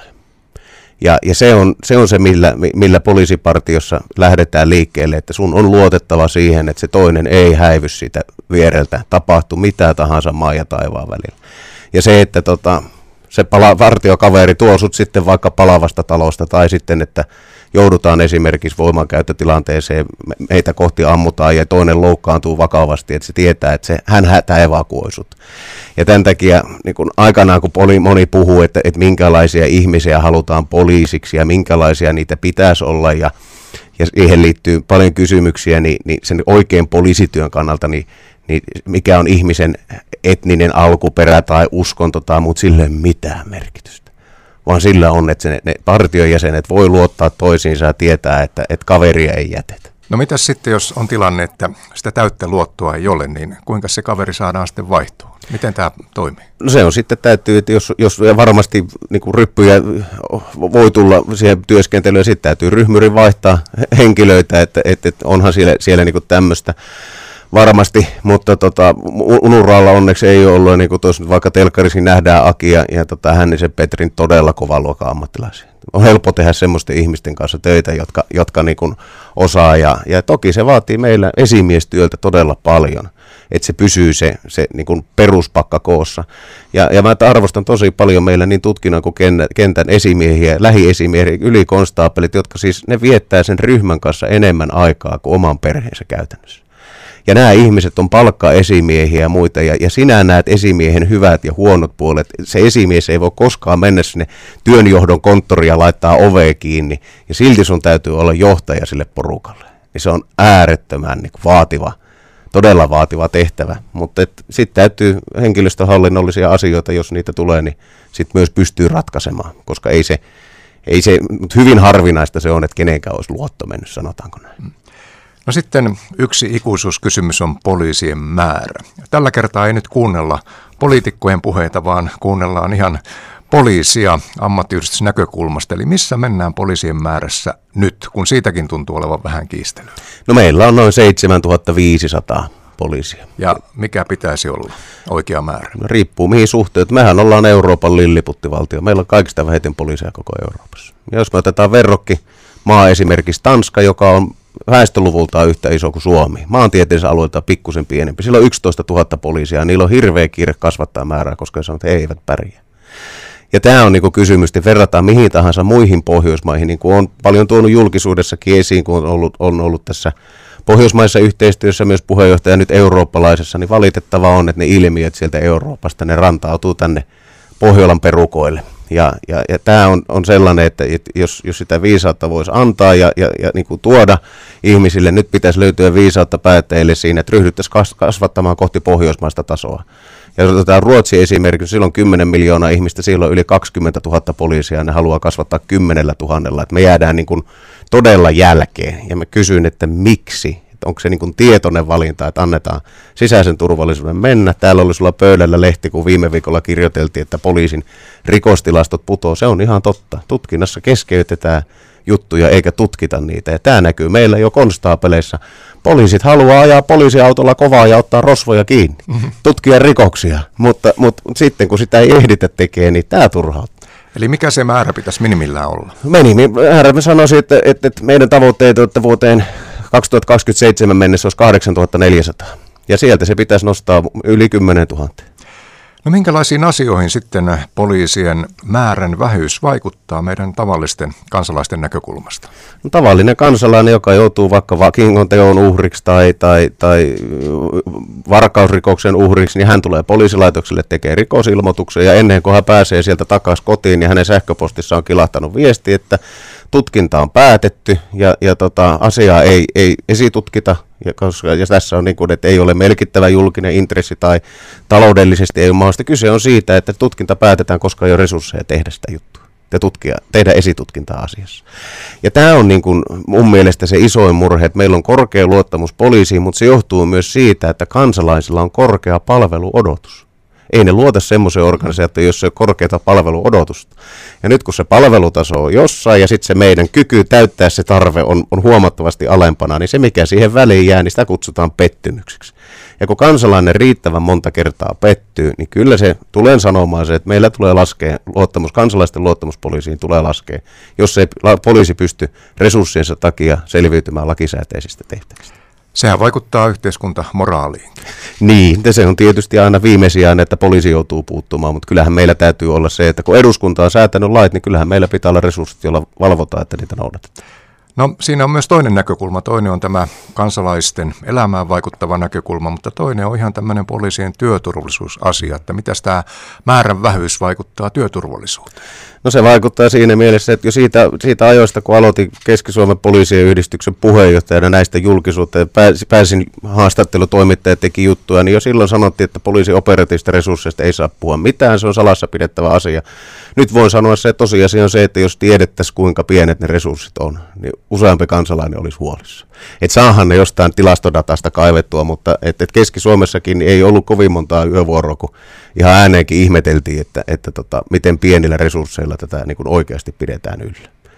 Ja se on se, millä poliisipartiossa lähdetään liikkeelle, että sun on luotettava siihen, että se toinen ei häivy siitä viereltä, tapahtuu mitä tahansa maan ja taivaan välillä. Ja se, että se vartiokaveri tuo sut sitten vaikka palavasta talosta tai sitten, että joudutaan esimerkiksi voimankäyttötilanteeseen, meitä kohti ammutaan ja toinen loukkaantuu vakavasti, että se tietää, että hän evakuoi sut. Ja tämän takia niin kun aikanaan, kun moni puhuu, että minkälaisia ihmisiä halutaan poliisiksi ja minkälaisia niitä pitäisi olla ja siihen liittyy paljon kysymyksiä, niin sen oikein poliisityön kannalta, niin mikä on ihmisen etninen alkuperä tai uskonto tai muut, sillä ei ole mitään merkitystä. Vaan sillä on, että ne partion jäsenet voi luottaa toisiinsa ja tietää, että kaveria ei jätetä. No mitäs sitten, jos on tilanne, että sitä täyttä luottoa ei ole, niin kuinka se kaveri saadaan sitten vaihtoon? Miten tämä toimii? No se on sitten täytyy, että jos varmasti niin kuin ryppyjä voi tulla siihen työskentelyyn, sitten täytyy ryhmyrin vaihtaa henkilöitä, että onhan siellä niin kuin tämmöistä. varmasti, mutta Unuralla onneksi ei ole ollut, niin kuin tuossa vaikka telkkarissa nähdään Aki ja Hännisen Petrin todella kovan luokan ammattilaisia. On helppo tehdä semmoisten ihmisten kanssa töitä, jotka niin kuin osaa, ja toki se vaatii meillä esimiestyöltä todella paljon, että se pysyy se niin kuin peruspakka koossa. Ja mä arvostan tosi paljon meillä niin tutkinnan kuin kentän esimiehiä, lähiesimiehiä, ylikonstaapelit, jotka siis ne viettää sen ryhmän kanssa enemmän aikaa kuin oman perheensä käytännössä. Ja nämä ihmiset on palkkaesimiehiä ja muita, ja sinä näet esimiehen hyvät ja huonot puolet. Se esimies ei voi koskaan mennä sinne työnjohdon konttoriin ja laittaa ovea kiinni, ja silti sun täytyy olla johtaja sille porukalle. Ja se on äärettömän niin vaativa, todella vaativa tehtävä, mutta sitten täytyy henkilöstöhallinnollisia asioita, jos niitä tulee, niin sitten myös pystyy ratkaisemaan, koska ei se hyvin harvinaista se on, että kenenkään olisi luotto mennyt, sanotaanko näin. No sitten yksi ikuisuuskysymys on poliisien määrä. Tällä kertaa ei nyt kuunnella poliitikkojen puheita, vaan kuunnellaan ihan poliisia ammattiyhdistysnäkökulmasta. Eli missä mennään poliisien määrässä nyt, kun siitäkin tuntuu olevan vähän kiistelyä? No meillä on noin 7500 poliisia. Ja mikä pitäisi olla oikea määrä? No, riippuu mihin suhteet. Mehän ollaan Euroopan lilliputtivaltio. Meillä on kaikista vähiten poliisia koko Euroopassa. Ja jos me otetaan verrokki maa esimerkiksi Tanska, joka on väestöluvultaan yhtä iso kuin Suomi. Maantieteellisellä alueelta pikkusen pienempi. Sillä on 11 000 poliisia. Niillä on hirveä kiire kasvattaa määrää, koska he sanoo, että he eivät pärjää. Ja tämä on niinku kysymys, että verrataan mihin tahansa muihin Pohjoismaihin, niin kuin on paljon tuonut julkisuudessakin esiin, kun on ollut tässä pohjoismaisessa yhteistyössä myös puheenjohtaja nyt eurooppalaisessa, niin valitettavaa on, että ne ilmiöt sieltä Euroopasta, ne rantautuu tänne Pohjolan perukoille. Ja tämä on sellainen, että jos sitä viisautta voisi antaa ja niin kuin tuoda ihmisille, nyt pitäisi löytyä viisautta päättäjille siinä, että ryhdyttäisiin kasvattamaan kohti pohjoismaista tasoa. Ja jos otetaan Ruotsi esimerkiksi, silloin 10 miljoonaa ihmistä, silloin yli 20 000 poliisia, ne haluaa kasvattaa 10 000, että me jäädään niin kuin todella jälkeen. Ja mä kysyn, että miksi? Että onko se niin kuin tietoinen valinta, että annetaan sisäisen turvallisuuden mennä. Täällä oli sulla pöydällä lehti, kun viime viikolla kirjoiteltiin, että poliisin rikostilastot putoo. Se on ihan totta. Tutkinnassa keskeytetään juttuja eikä tutkita niitä. Ja tämä näkyy meillä jo konstaapeleissa. Poliisit haluaa ajaa poliisiautolla kovaa ja ottaa rosvoja kiinni, tutkia rikoksia, mutta sitten kun sitä ei ehditä tekemään, niin tämä turhauttaa. Eli mikä se määrä pitäisi minimillään olla? Määrä mä sanoisin, että meidän tavoitteet on, että vuoteen 2027 mennessä olisi 8400 ja sieltä se pitäisi nostaa yli 10 000. No minkälaisiin asioihin sitten poliisien määrän vähyys vaikuttaa meidän tavallisten kansalaisten näkökulmasta? No, tavallinen kansalainen, joka joutuu vaikka vahingonteon uhriksi tai varkausrikoksen uhriksi, niin hän tulee poliisilaitokselle, tekee rikosilmoituksen ja ennen kuin hän pääsee sieltä takaisin kotiin, niin hänen sähköpostissa on kilahtanut viesti, että tutkinta on päätetty ja asiaa ei esitutkita, ja tässä on niin kuin, että ei ole merkittävä julkinen intressi tai taloudellisesti ei ole mahdollista. Kyse on siitä, että tutkinta päätetään, koska ei ole resursseja tehdä sitä juttua ja tehdä esitutkintaa asiassa. Ja tämä on niin kuin mun mielestä se isoin murhe, että meillä on korkea luottamus poliisiin, mutta se johtuu myös siitä, että kansalaisilla on korkea palveluodotus. Ei ne luota semmoiseen organisaatioon, jos se on korkeata palveluodotusta. Ja nyt kun se palvelutaso on jossain ja sitten se meidän kyky täyttää se tarve on huomattavasti alempana, niin se mikä siihen väliin jää, niin sitä kutsutaan pettymykseksi. Ja kun kansalainen riittävän monta kertaa pettyy, niin kyllä se tulen sanomaan se, että meillä tulee laskea kansalaisten luottamus poliisiin tulee laskea, jos ei poliisi pysty resurssiensa takia selviytymään lakisääteisistä tehtävistä. Sehän vaikuttaa yhteiskuntamoraaliin. Niin, se on tietysti aina viimeisiään, että poliisi joutuu puuttumaan, mutta kyllähän meillä täytyy olla se, että kun eduskunta on säätänyt lait, niin kyllähän meillä pitää olla resurssit, joilla valvotaan, että niitä noudatetaan. No siinä on myös toinen näkökulma. Toinen on tämä kansalaisten elämään vaikuttava näkökulma, mutta toinen on ihan tämmöinen poliisien työturvallisuusasia, että mitä tämä määrän vähyys vaikuttaa työturvallisuuteen. No se vaikuttaa siinä mielessä, että jo siitä ajoista, kun aloitin Keski-Suomen poliisien yhdistyksen puheenjohtajana näistä julkisuutta ja pääsin haastattelutoimittajat teki juttuja, niin jo silloin sanottiin, että poliisin operatiivista resursseista ei saa puhua mitään, se on salassa pidettävä asia. Nyt voin sanoa se, että tosiasia on se, että jos tiedettäisiin kuinka pienet ne resurssit on, niin useampi kansalainen olisi huolissa. Että saahan ne jostain tilastodatasta kaivettua, mutta että Keski-Suomessakin ei ollut kovin montaa yövuoroa, kun ihan ääneenkin ihmeteltiin, että miten pienillä resursseilla tätä niin kuin oikeasti pidetään yllä.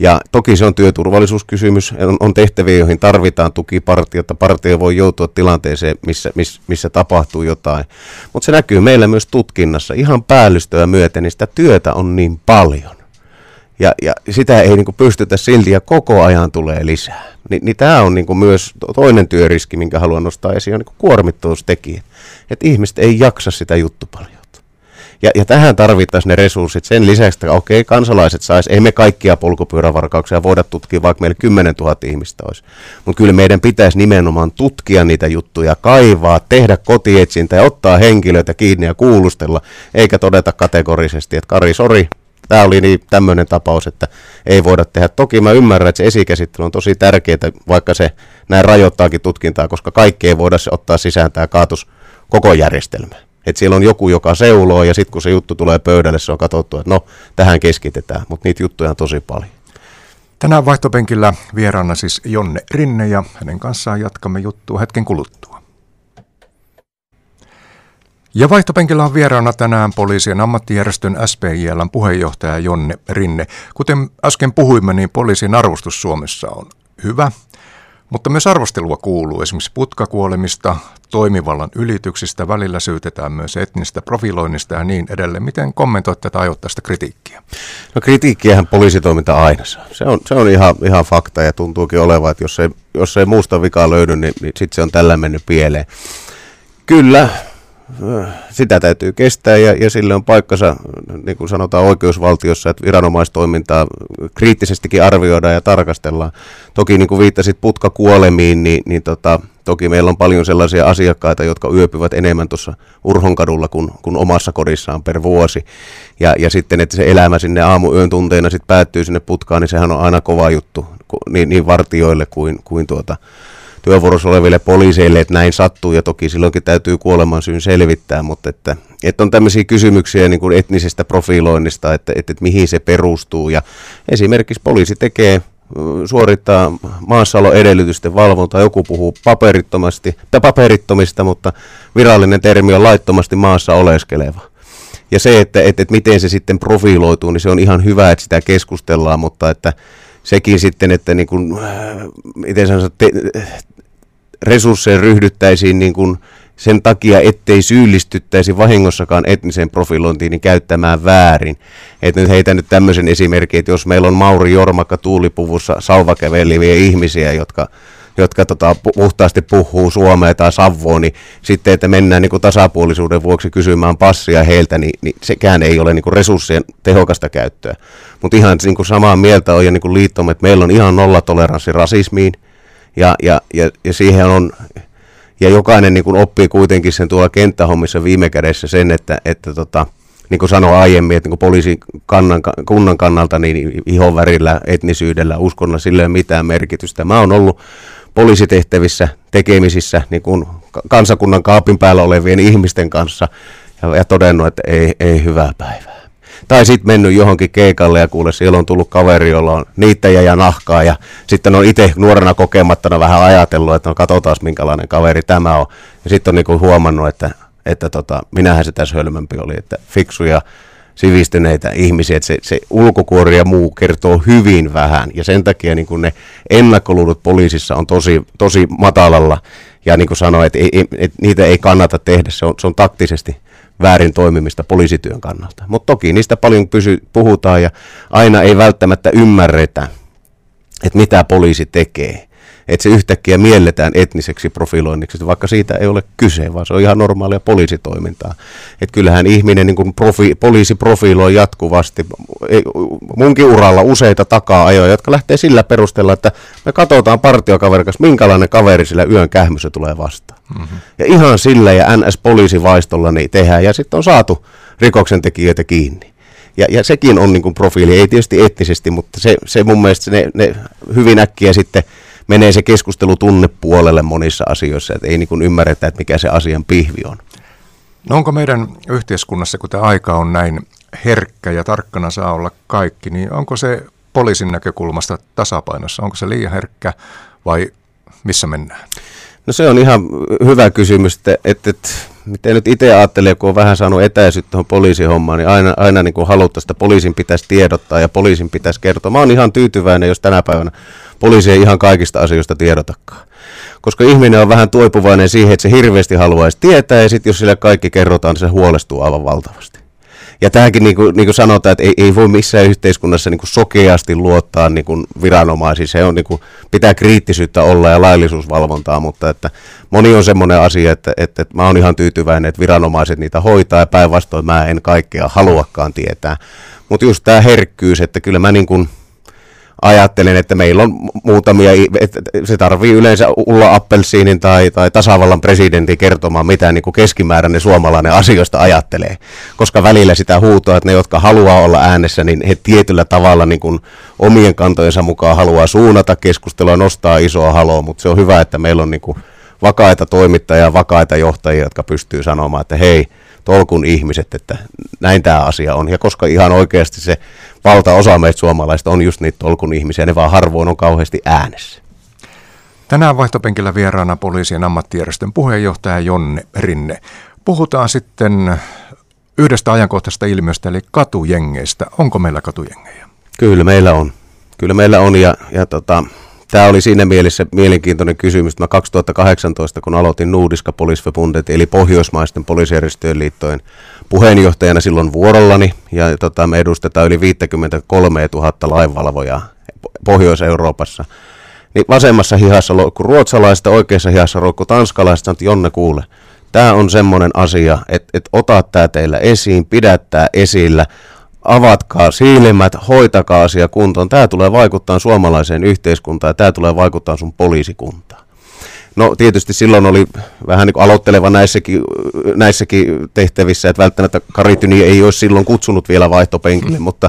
Ja toki se on työturvallisuuskysymys, on tehtäviä, joihin tarvitaan tukipartiota. Partio voi joutua tilanteeseen, missä tapahtuu jotain. Mutta se näkyy meillä myös tutkinnassa. Ihan päällystöä myöten, niin sitä työtä on niin paljon. Ja sitä ei niin kuin pystytä silti ja koko ajan tulee lisää. Niin tämä on niin kuin myös toinen työriski, minkä haluan nostaa esiin, on niin kuin kuormittavuustekijä. Että ihmiset ei jaksa sitä juttupaljoutta. Ja tähän tarvittaisiin ne resurssit sen lisäksi, että okei, kansalaiset ei me kaikkia polkupyörävarkauksia voida tutkia, vaikka meillä 10 000 ihmistä olisi. Mutta kyllä meidän pitäisi nimenomaan tutkia niitä juttuja, kaivaa, tehdä kotietsintä ja ottaa henkilöitä kiinni ja kuulustella, eikä todeta kategorisesti, että Kari, sori. Tämä oli niin tämmöinen tapaus, että ei voida tehdä. Toki mä ymmärrän, että se esikäsittely on tosi tärkeää, vaikka se näin rajoittaakin tutkintaa, koska kaikki ei voida ottaa sisään tämä kaatus koko järjestelmä. Että siellä on joku, joka seuloo ja sitten kun se juttu tulee pöydälle, se on katsottu, että no, tähän keskitetään, mutta niitä juttuja on tosi paljon. Tänään vaihtopenkillä vieraana siis Jonne Rinne ja hänen kanssaan jatkamme juttua hetken kuluttua. Ja vaihtopenkillä on vieraana tänään poliisien ammattijärjestön SPJL:n puheenjohtaja Jonne Rinne. Kuten äsken puhuimme, niin poliisien arvostus Suomessa on hyvä, mutta myös arvostelua kuuluu esimerkiksi putkakuolemista, toimivallan ylityksistä, välillä syytetään myös etnistä profiloinnista ja niin edelleen. Miten kommentoit tätä ajoittaista kritiikkiä? No kritiikkiähän poliisitoiminta aina saa. Se on ihan fakta ja tuntuukin olevan, että jos ei muusta vikaa löydy, niin sitten se on tällä mennyt pieleen. Kyllä. Sitä täytyy kestää ja sille on paikkansa, niin kuin sanotaan oikeusvaltiossa, että viranomaistoimintaa kriittisestikin arvioidaan ja tarkastellaan. Toki niin kuin viittasit putkakuolemiin, niin toki meillä on paljon sellaisia asiakkaita, jotka yöpyvät enemmän tuossa Urhonkadulla kuin omassa kodissaan per vuosi. Ja sitten, että se elämä sinne aamuyön tunteina sitten päättyy sinne putkaan, niin sehän on aina kova juttu niin vartijoille kuin työvuorossa oleville poliiseille, että näin sattuu, ja toki silloinkin täytyy kuoleman syyn selvittää, mutta että on tämmöisiä kysymyksiä niin kuin etnisestä profiloinnista, että mihin se perustuu, ja esimerkiksi poliisi suorittaa maassaoloedellytysten valvontaa, joku puhuu paperittomista, mutta virallinen termi on laittomasti maassa oleskeleva. Ja se, että miten se sitten profiloituu, niin se on ihan hyvä, että sitä keskustellaan, mutta että sekin sitten, että niin kuin, miten resursseja ryhdyttäisiin niin kuin sen takia, ettei syyllistyttäisi vahingossakaan etniseen profilointiin, niin käyttämään väärin. Et nyt heitän nyt tämmöisen esimerkin, että jos meillä on Mauri Jormakka tuulipuvussa sauvakäveleviä ihmisiä, jotka puhtaasti puhuu suomea tai savvoa, niin sitten, että mennään niin kuin tasapuolisuuden vuoksi kysymään passia heiltä, niin sekään ei ole niin kuin resurssien tehokasta käyttöä. Mutta ihan niin kuin samaa mieltä on ja niin kuin liittomme, että meillä on ihan nollatoleranssi rasismiin, ja siihen on, ja jokainen niin kuin oppii kuitenkin sen tuolla kenttähommissa viime kädessä sen, että niin kuin sanoin aiemmin, että niin poliisin kunnan kannalta niin ihonvärillä, etnisyydellä, uskonnolla sillä ei ole mitään merkitystä. Mä oon ollut poliisitehtävissä tekemisissä niin kuin kansakunnan kaapin päällä olevien ihmisten kanssa ja todennut, että ei hyvää päivää. Tai sitten mennyt johonkin keikalle ja kuule, siellä on tullut kaveri, jolla on niittäjä ja nahkaa ja sitten on itse nuorena kokemattana vähän ajatellut, että no katsotaan minkälainen kaveri tämä on. Ja sitten on niinku huomannut, että minähän se tässä hölmömpi oli, että fiksuja sivistyneitä ihmisiä, että se ulkokuori ja muu kertoo hyvin vähän ja sen takia niin kuin ne ennakkoluulot poliisissa on tosi matalalla ja niin kuin sanoin, että niitä ei kannata tehdä, se on taktisesti väärin toimimista poliisityön kannalta. Mutta toki niistä paljon puhutaan ja aina ei välttämättä ymmärretä, että mitä poliisi tekee. Että se yhtäkkiä mielletään etniseksi profiloinniksi, vaikka siitä ei ole kyse, vaan se on ihan normaalia poliisitoimintaa. Että kyllähän ihminen niin kuin poliisi profiloi jatkuvasti. Munkin uralla useita takaa-ajoja, jotka lähtee sillä perusteella, että me katsotaan partiokaverin kanssa, minkälainen kaveri sillä yön kähmyssä tulee vastaan. Mm-hmm. Ja ihan sillä ja NS-poliisivaistolla niin tehdään, ja sitten on saatu rikoksentekijöitä kiinni. Ja sekin on niin kuin profiili, ei tietysti etnisesti, mutta se mun mielestä ne hyvin äkkiä sitten menee se keskustelu tunnepuolelle monissa asioissa, että ei niin kuin ymmärretä, että mikä se asian pihvi on. No onko meidän yhteiskunnassa, kun tämä aika on näin herkkä ja tarkkana saa olla kaikki, niin onko se poliisin näkökulmasta tasapainossa? Onko se liian herkkä vai missä mennään? No se on ihan hyvä kysymys, että miten nyt itse ajattelee, kun on vähän saanut etäisyyttä tuohon poliisihommaan, niin aina niin kuin haluttaisiin, että poliisin pitäisi tiedottaa ja poliisin pitäisi kertoa. Mä oon ihan tyytyväinen, jos tänä päivänä poliisi ei ihan kaikista asioista tiedotakaan. Koska ihminen on vähän toipuvainen siihen, että se hirveästi haluaisi tietää, ja sitten jos sille kaikki kerrotaan, niin se huolestuu aivan valtavasti. Ja tämäkin, niin kuin sanotaan, että ei voi missään yhteiskunnassa niin kuin sokeasti luottaa niin kuin viranomaisiin. Se on, niin kuin, pitää kriittisyyttä olla ja laillisuusvalvontaa, mutta että moni on semmoinen asia, että mä oon ihan tyytyväinen, että viranomaiset niitä hoitaa, ja päinvastoin mä en kaikkea haluakaan tietää. Mutta just tämä herkkyys, että kyllä mä niin kuin ajattelen, että meillä on muutamia, että se tarvii yleensä Ulla Appelsiinin tai tasavallan presidentin kertomaan, mitä niin kuin keskimääräinen suomalainen asioista ajattelee. Koska välillä sitä huutoa, että ne, jotka haluaa olla äänessä, niin he tietyllä tavalla niin kuin omien kantojensa mukaan haluaa suunnata keskustelua, nostaa isoa haloa, mutta se on hyvä, että meillä on niin kuin vakaita toimittajia, vakaita johtajia, jotka pystyy sanomaan, että hei, tolkun ihmiset, että näin tämä asia on. Ja koska ihan oikeasti se valtaosa meistä suomalaista on just niitä tolkun ihmisiä, ne vaan harvoin on kauheasti äänessä. Tänään vaihtopenkillä vieraana poliisien ammattijärjestön puheenjohtaja Jonne Rinne. Puhutaan sitten yhdestä ajankohtaisesta ilmiöstä, eli katujengeistä. Onko meillä katujengejä? Kyllä meillä on. Ja tämä oli siinä mielessä mielenkiintoinen kysymys. Mä 2018, kun aloitin Nordiska Polisförbundet, eli Pohjoismaisten poliisijärjestöjen liittojen puheenjohtajana silloin vuorollani, ja me edustetaan yli 53 000 lainvalvojaa Pohjois-Euroopassa. Niin vasemmassa hihassa loikku ruotsalaista, oikeassa hihassa roikku tanskalaista, sanot, Jonne kuule, tämä on semmoinen asia, että ota tämä teillä esiin, pidä tämä esillä, avatkaa silmät, hoitakaa asia kuntoon. Tämä tulee vaikuttaa suomalaiseen yhteiskuntaan ja tämä tulee vaikuttaa sun poliisikuntaan. No tietysti silloin oli vähän niin kuin aloitteleva näissäkin tehtävissä, että välttämättä Kari Tyni ei olisi silloin kutsunut vielä vaihtopenkille, mutta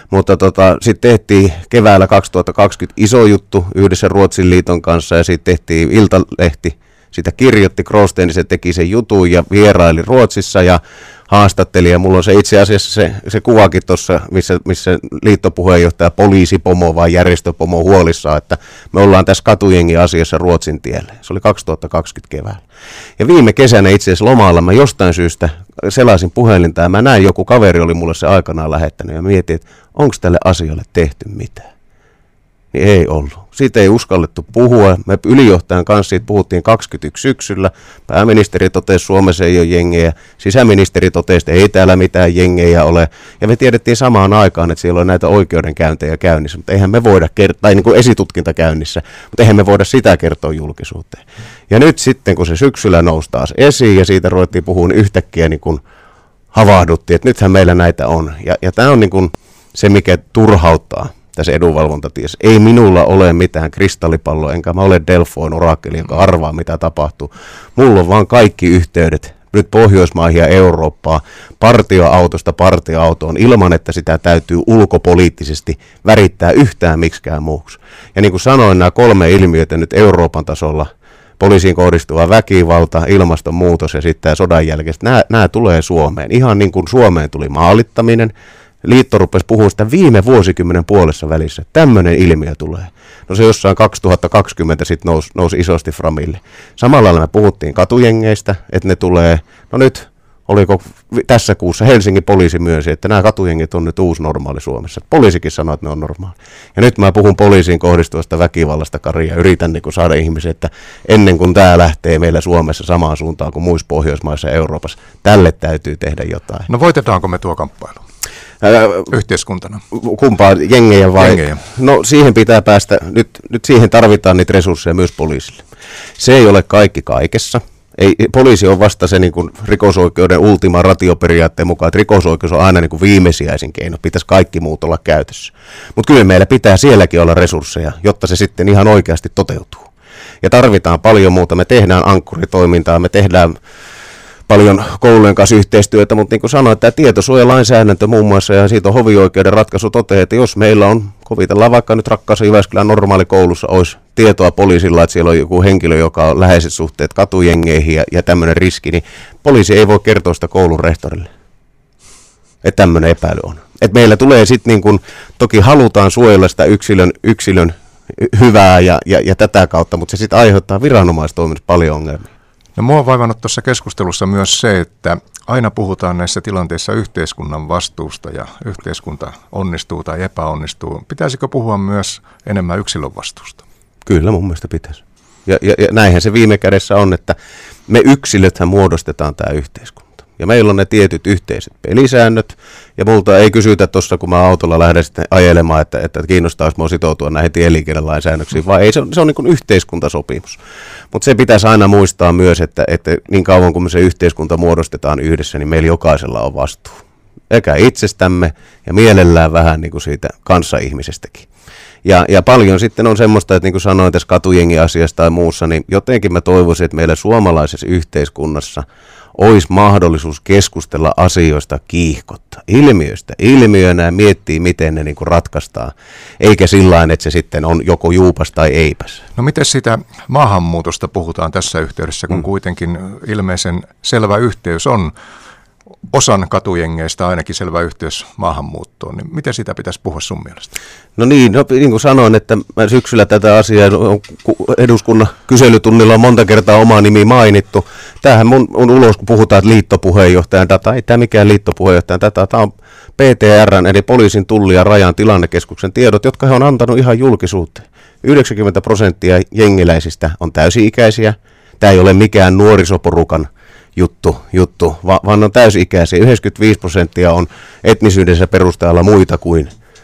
sitten tehtiin keväällä 2020 iso juttu yhdessä Ruotsin liiton kanssa ja sitten tehtiin Iltalehti. Sitä kirjoitti Gråsten, niin se teki sen jutun ja vieraili Ruotsissa ja haastatteli. Ja mulla on se itse asiassa se kuvakin tuossa, missä liittopuheenjohtaja poliisipomo vai järjestöpomo huolissaan, että me ollaan tässä katujengi-asiassa Ruotsin tiellä. Se oli 2020 keväällä. Ja viime kesänä itse asiassa lomalla mä jostain syystä selasin puhelinta ja mä näin, joku kaveri oli mulle se aikanaan lähettänyt ja mietin, että onko tälle asialle tehty mitään. Niin ei ollut. Siitä ei uskallettu puhua. Me ylijohtajan kanssa siitä puhuttiin 21 syksyllä. Pääministeri totesi, Suomessa ei ole jengejä. Sisäministeri totesi, että ei täällä mitään jengejä ole. Ja me tiedettiin samaan aikaan, että siellä on näitä oikeudenkäyntejä käynnissä. Mutta eihän me voida tai niin kuin esitutkinta käynnissä. Mutta eihän me voida sitä kertoa julkisuuteen. Ja nyt sitten, kun se syksyllä nousi taas esiin ja siitä ruvettiin puhumaan, niin yhtäkkiä niin kuin havahduttiin, että nythän meillä näitä on. Ja tämä on niin kuin se, mikä turhauttaa tässä edunvalvontatyössä. Ei minulla ole mitään kristallipalloa, enkä mä ole Delfoin orakeli, joka arvaa, mitä tapahtuu. Mulla on vaan kaikki yhteydet nyt Pohjoismaihin ja Eurooppaan, partioautosta partioautoon, ilman että sitä täytyy ulkopoliittisesti värittää yhtään miksikään muuksi. Ja niin kuin sanoin, nämä 3 ilmiötä nyt Euroopan tasolla, poliisiin kohdistuva väkivalta, ilmastonmuutos ja sitten tämä sodan jälkeen, nämä tulee Suomeen. Ihan niin kuin Suomeen tuli maalittaminen. Liitto rupesi puhumaan sitä viime vuosikymmenen puolessa välissä. Tämmöinen ilmiö tulee. No se jossain 2020 sitten nousi isosti framille. Samalla lailla me puhuttiin katujengeistä, että ne tulee, no nyt, oliko tässä kuussa Helsingin poliisi myönsi, että nämä katujengit on nyt uusi normaali Suomessa. Poliisikin sanoi, että ne on normaali. Ja nyt mä puhun poliisiin kohdistuvasta väkivallasta, Kari, ja yritän niin kuin saada ihmisiä, että ennen kuin tämä lähtee meillä Suomessa samaan suuntaan kuin muissa Pohjoismaissa ja Euroopassa, tälle täytyy tehdä jotain. No voitetaanko me tuo kamppailu? Yhteiskuntana. Kumpaa, jengejä vai? Jengejä. No siihen pitää päästä, nyt siihen tarvitaan niitä resursseja myös poliisille. Se ei ole kaikki kaikessa. Poliisi on vasta se niin kuin rikosoikeuden ultima ratio-periaatteen mukaan, että rikosoikeus on aina niin kuin viimesijaisin keino, pitäisi kaikki muut olla käytössä. Mutta kyllä meillä pitää sielläkin olla resursseja, jotta se sitten ihan oikeasti toteutuu. Ja tarvitaan paljon muuta, me tehdään ankkuritoimintaa, me tehdään paljon koulujen kanssa yhteistyötä, mutta niin kuin sanoin, että tämä tietosuojalainsäädäntö muun muassa ja siitä on hovioikeuden ratkaisu toteaa, että jos meillä on, kuvitellaan vaikka nyt rakkaassa Jyväskylän normaalikoulussa olisi tietoa poliisilla, että siellä on joku henkilö, joka on läheiset suhteet katujengeihin ja tämmöinen riski, niin poliisi ei voi kertoa sitä koulun rehtorille, että tämmöinen epäily on. Että meillä tulee sitten niin kuin, toki halutaan suojella sitä yksilön hyvää ja tätä kautta, mutta se sitten aiheuttaa viranomaistoiminnassa paljon ongelmia. No, mua on vaivannut tuossa keskustelussa myös se, että aina puhutaan näissä tilanteissa yhteiskunnan vastuusta ja yhteiskunta onnistuu tai epäonnistuu. Pitäisikö puhua myös enemmän yksilön vastuusta? Kyllä mun mielestä pitäisi. Ja näinhän se viime kädessä on, että me yksilöthän muodostetaan tämä yhteiskunta. Ja meillä on ne tietyt yhteiset pelisäännöt, ja multa ei kysytä tuossa, kun mä autolla lähden sitten ajelemaan, että kiinnostaisi mua sitoutua näihin tieliikennelainsäännöksiin, vaan ei, se on niin kuin yhteiskuntasopimus. Mutta se pitäisi aina muistaa myös, että niin kauan kuin me se yhteiskunta muodostetaan yhdessä, niin meillä jokaisella on vastuu. Eikä itsestämme ja mielellään vähän niin kuin siitä kanssaihmisestäkin. Ja paljon sitten on semmoista, että niin kuin sanoin tässä katujengi-asiassa tai muussa, niin jotenkin mä toivoisin, että meillä suomalaisessa yhteiskunnassa olisi mahdollisuus keskustella asioista kiihkotta, ilmiöistä ilmiönä ja miettiä, miten ne niin kuin ratkaistaan, eikä sillain, että se sitten on joko juupas tai eipäs. No, miten sitä maahanmuutosta puhutaan tässä yhteydessä, kun kuitenkin ilmeisen selvä yhteys on osan katujengeistä ainakin selvä yhteys maahanmuuttoon, niin miten sitä pitäisi puhua sun mielestä? No niin kuin sanoin, että mä syksyllä tätä asiaa eduskunnan kyselytunnilla on monta kertaa oma nimi mainittu. Tämähän mun ulos, kun puhutaan liittopuheenjohtajan data, ei tämä mikään liittopuheenjohtajan data, tämä on PTR:n eli poliisin, tulli ja rajan tilannekeskuksen tiedot, jotka he on antanut ihan julkisuuteen. 90% jengiläisistä on täysi-ikäisiä, tämä ei ole mikään nuorisoporukan juttu, vaan on täysi-ikäisiä. 95% on etnisyydensä perusteella muita kuin,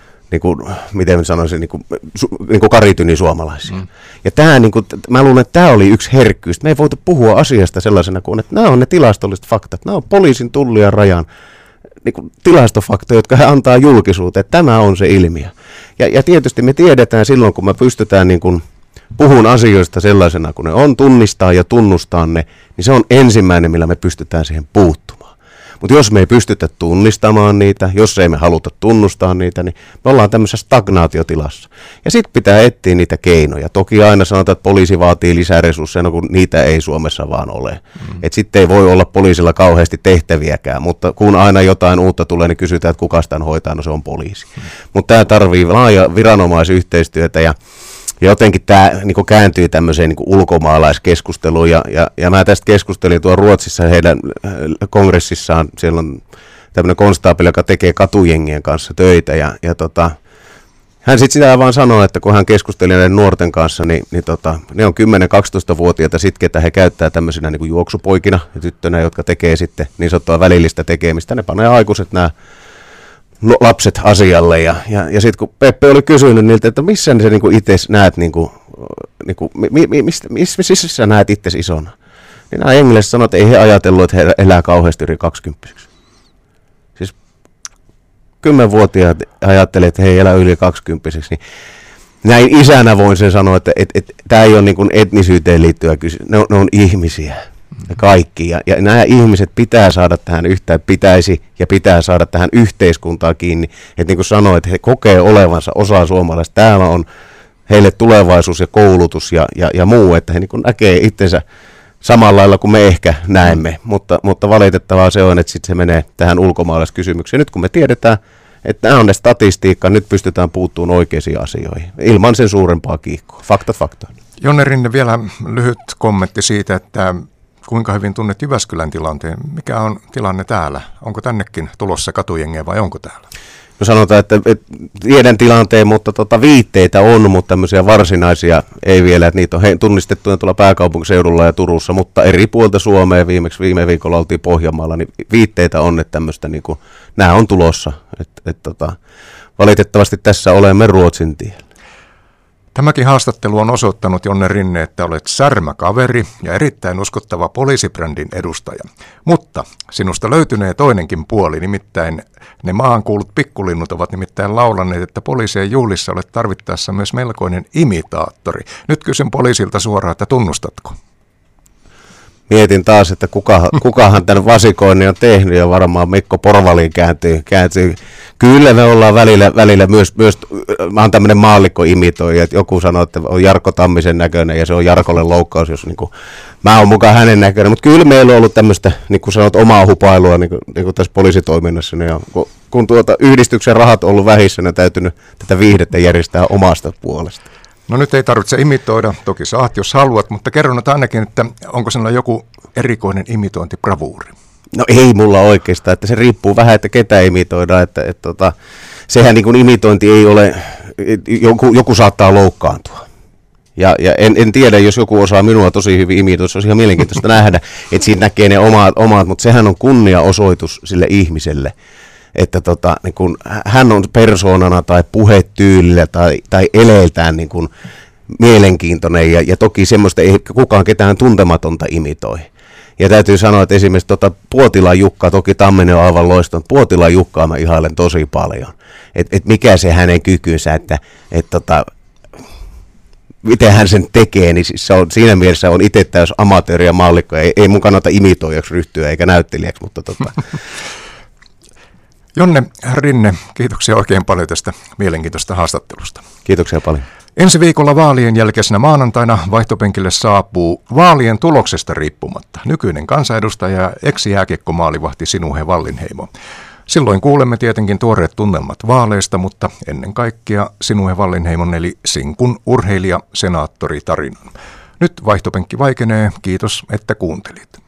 miten sanoisin, niin kuin karityni-suomalaisia. Ja tämä, mä luulen, että tämä oli yksi herkkyys. Me ei voitu puhua asiasta sellaisena kuin, että nämä on ne tilastolliset faktat. Nämä on poliisin, tullin ja rajan tilastofaktoja, jotka he antaa julkisuuteen. Tämä on se ilmiö. Ja tietysti me tiedetään silloin, kun me pystytään puhun asioista sellaisena, kun ne on, tunnistaa ja tunnustaa ne, niin se on ensimmäinen, millä me pystytään siihen puuttumaan. Mutta jos me ei pystytä tunnistamaan niitä, jos ei me haluta tunnustaa niitä, niin me ollaan tämmöisessä stagnaatiotilassa. Ja sitten pitää etsiä niitä keinoja. Toki aina sanotaan, että poliisi vaatii lisää resursseja, kun niitä ei Suomessa vaan ole. Että sitten ei voi olla poliisilla kauheasti tehtäviäkään, mutta kun aina jotain uutta tulee, niin kysytään, että kuka sitä hoitaa, no se on poliisi. Mutta tämä tarvii laaja viranomaisyhteistyötä ja jotenkin tämä kääntyy tämmöiseen ulkomaalaiskeskusteluun, ja mä tästä keskustelin tuolla Ruotsissa heidän kongressissaan, siellä on tämmöinen konstaapeli, joka tekee katujengien kanssa töitä, ja hän sitten sitä vaan sanoi, että kun hän keskusteli näiden nuorten kanssa, niin ne on 10-12-vuotiaita sitten, ketä he käyttää tämmöisinä juoksupoikina ja tyttönä, jotka tekee sitten niin sanottua välillistä tekemistä, ne panee aikuiset nämä lapset asialle, ja sitten kun Peppe oli kysynyt niiltä, että missä sä itse näet, missä sä näet itsesi isona, niin nämä englantilaiset sanoivat, että ei he ajatellut, että he elää kauheasti yli 20. Siis 10-vuotiaat ajattelee, että he ei elä yli 20, niin näin isänä voin sen sanoa, että tämä ei ole etnisyyteen liittyvä kysymys, ne on ihmisiä. Ja kaikki. Ja nämä ihmiset pitää saada tähän pitää saada tähän yhteiskuntaan kiinni. Että niin kuin sanoin, että he kokee olevansa osa suomalaista. Täällä on heille tulevaisuus ja koulutus ja muu, että he niin kuin näkee itsensä samalla lailla kuin me ehkä näemme. Mutta valitettavaa se on, että sitten se menee tähän ulkomaalaiskysymykseen. Nyt kun me tiedetään, että nämä on ne statistiikka, nyt pystytään puuttumaan oikeisiin asioihin. Ilman sen suurempaa kiihkoa. Faktat. Jonne Rinne, vielä lyhyt kommentti siitä, että kuinka hyvin tunnet Jyväskylän tilanteen? Mikä on tilanne täällä? Onko tännekin tulossa katujengejä vai onko täällä? No sanotaan, että tiedän tilanteen, mutta viitteitä on, mutta tämmöisiä varsinaisia ei vielä. Että niitä on tunnistettu tuolla pääkaupunkiseudulla ja Turussa, mutta eri puolta Suomea, viime viikolla oltiin Pohjanmaalla, niin viitteitä on, että tämmöistä, nämä on tulossa. Valitettavasti tässä olemme Ruotsin tiellä. Tämäkin haastattelu on osoittanut, Jonne Rinne, että olet särmäkaveri ja erittäin uskottava poliisibrändin edustaja. Mutta sinusta löytynee toinenkin puoli, nimittäin ne maahankuulut pikkulinnut ovat nimittäin laulanneet, että poliisien juhlissa olet tarvittaessa myös melkoinen imitaattori. Nyt kysyn poliisilta suoraan, että tunnustatko? Mietin taas, että kukahan tämän vasikoinnin on tehnyt, ja varmaan Mikko Porvaliin kääntyy. Kyllä me ollaan välillä myös mä oon tämmöinen maallikko-imitoija, että joku sanoo, että on Jarkko Tammisen näköinen ja se on Jarkolle loukkaus, jos mä oon mukaan hänen näköinen. Mutta kyllä meillä on ollut tämmöistä, niin kuin sanot, omaa hupailua niin kuin tässä poliisitoiminnassa. Ja kun yhdistyksen rahat on ollut vähissä, ne on täytynyt tätä viihdettä järjestää omasta puolesta. No nyt ei tarvitse imitoida, toki saat jos haluat, mutta kerro nyt ainakin, että onko sinulla joku erikoinen imitointibravuuri? No ei mulla oikeastaan, että se riippuu vähän, että ketä imitoidaan, että sehän niin kuin imitointi ei ole, joku saattaa loukkaantua. Ja en tiedä, jos joku osaa minua tosi hyvin imitoida, se olisi ihan mielenkiintoista nähdä, että siinä näkee ne omat, mutta sehän on kunniaosoitus sille ihmiselle, että niin kun hän on persoonana tai puhetyylillä tai eleiltään niin kun mielenkiintoinen ja toki semmoista ei kukaan ketään tuntematonta imitoi. Ja täytyy sanoa, että esimerkiksi Puotilan Jukka, toki Tamminen on aivan loistunut, Puotilan Jukkaa mä ihailen tosi paljon. Et mikä se hänen kykynsä, että miten hän sen tekee, niin siis se on, siinä mielessä on itse täys amatööri ja mallikko. Ei mun kannata imitoijaksi ryhtyä eikä näyttelijäksi, mutta Jonne Rinne, kiitoksia oikein paljon tästä mielenkiintoista haastattelusta. Kiitoksia paljon. Ensi viikolla vaalien jälkeisenä maanantaina vaihtopenkille saapuu vaalien tuloksesta riippumatta nykyinen kansanedustaja ja ex-jääkiekkomaalivahti Sinuhe Wallinheimo. Silloin kuulemme tietenkin tuoreet tunnelmat vaaleista, mutta ennen kaikkea Sinuhe Wallinheimon eli Sinkun urheilija-senaattori tarinan. Nyt vaihtopenkki vaikenee. Kiitos, että kuuntelit.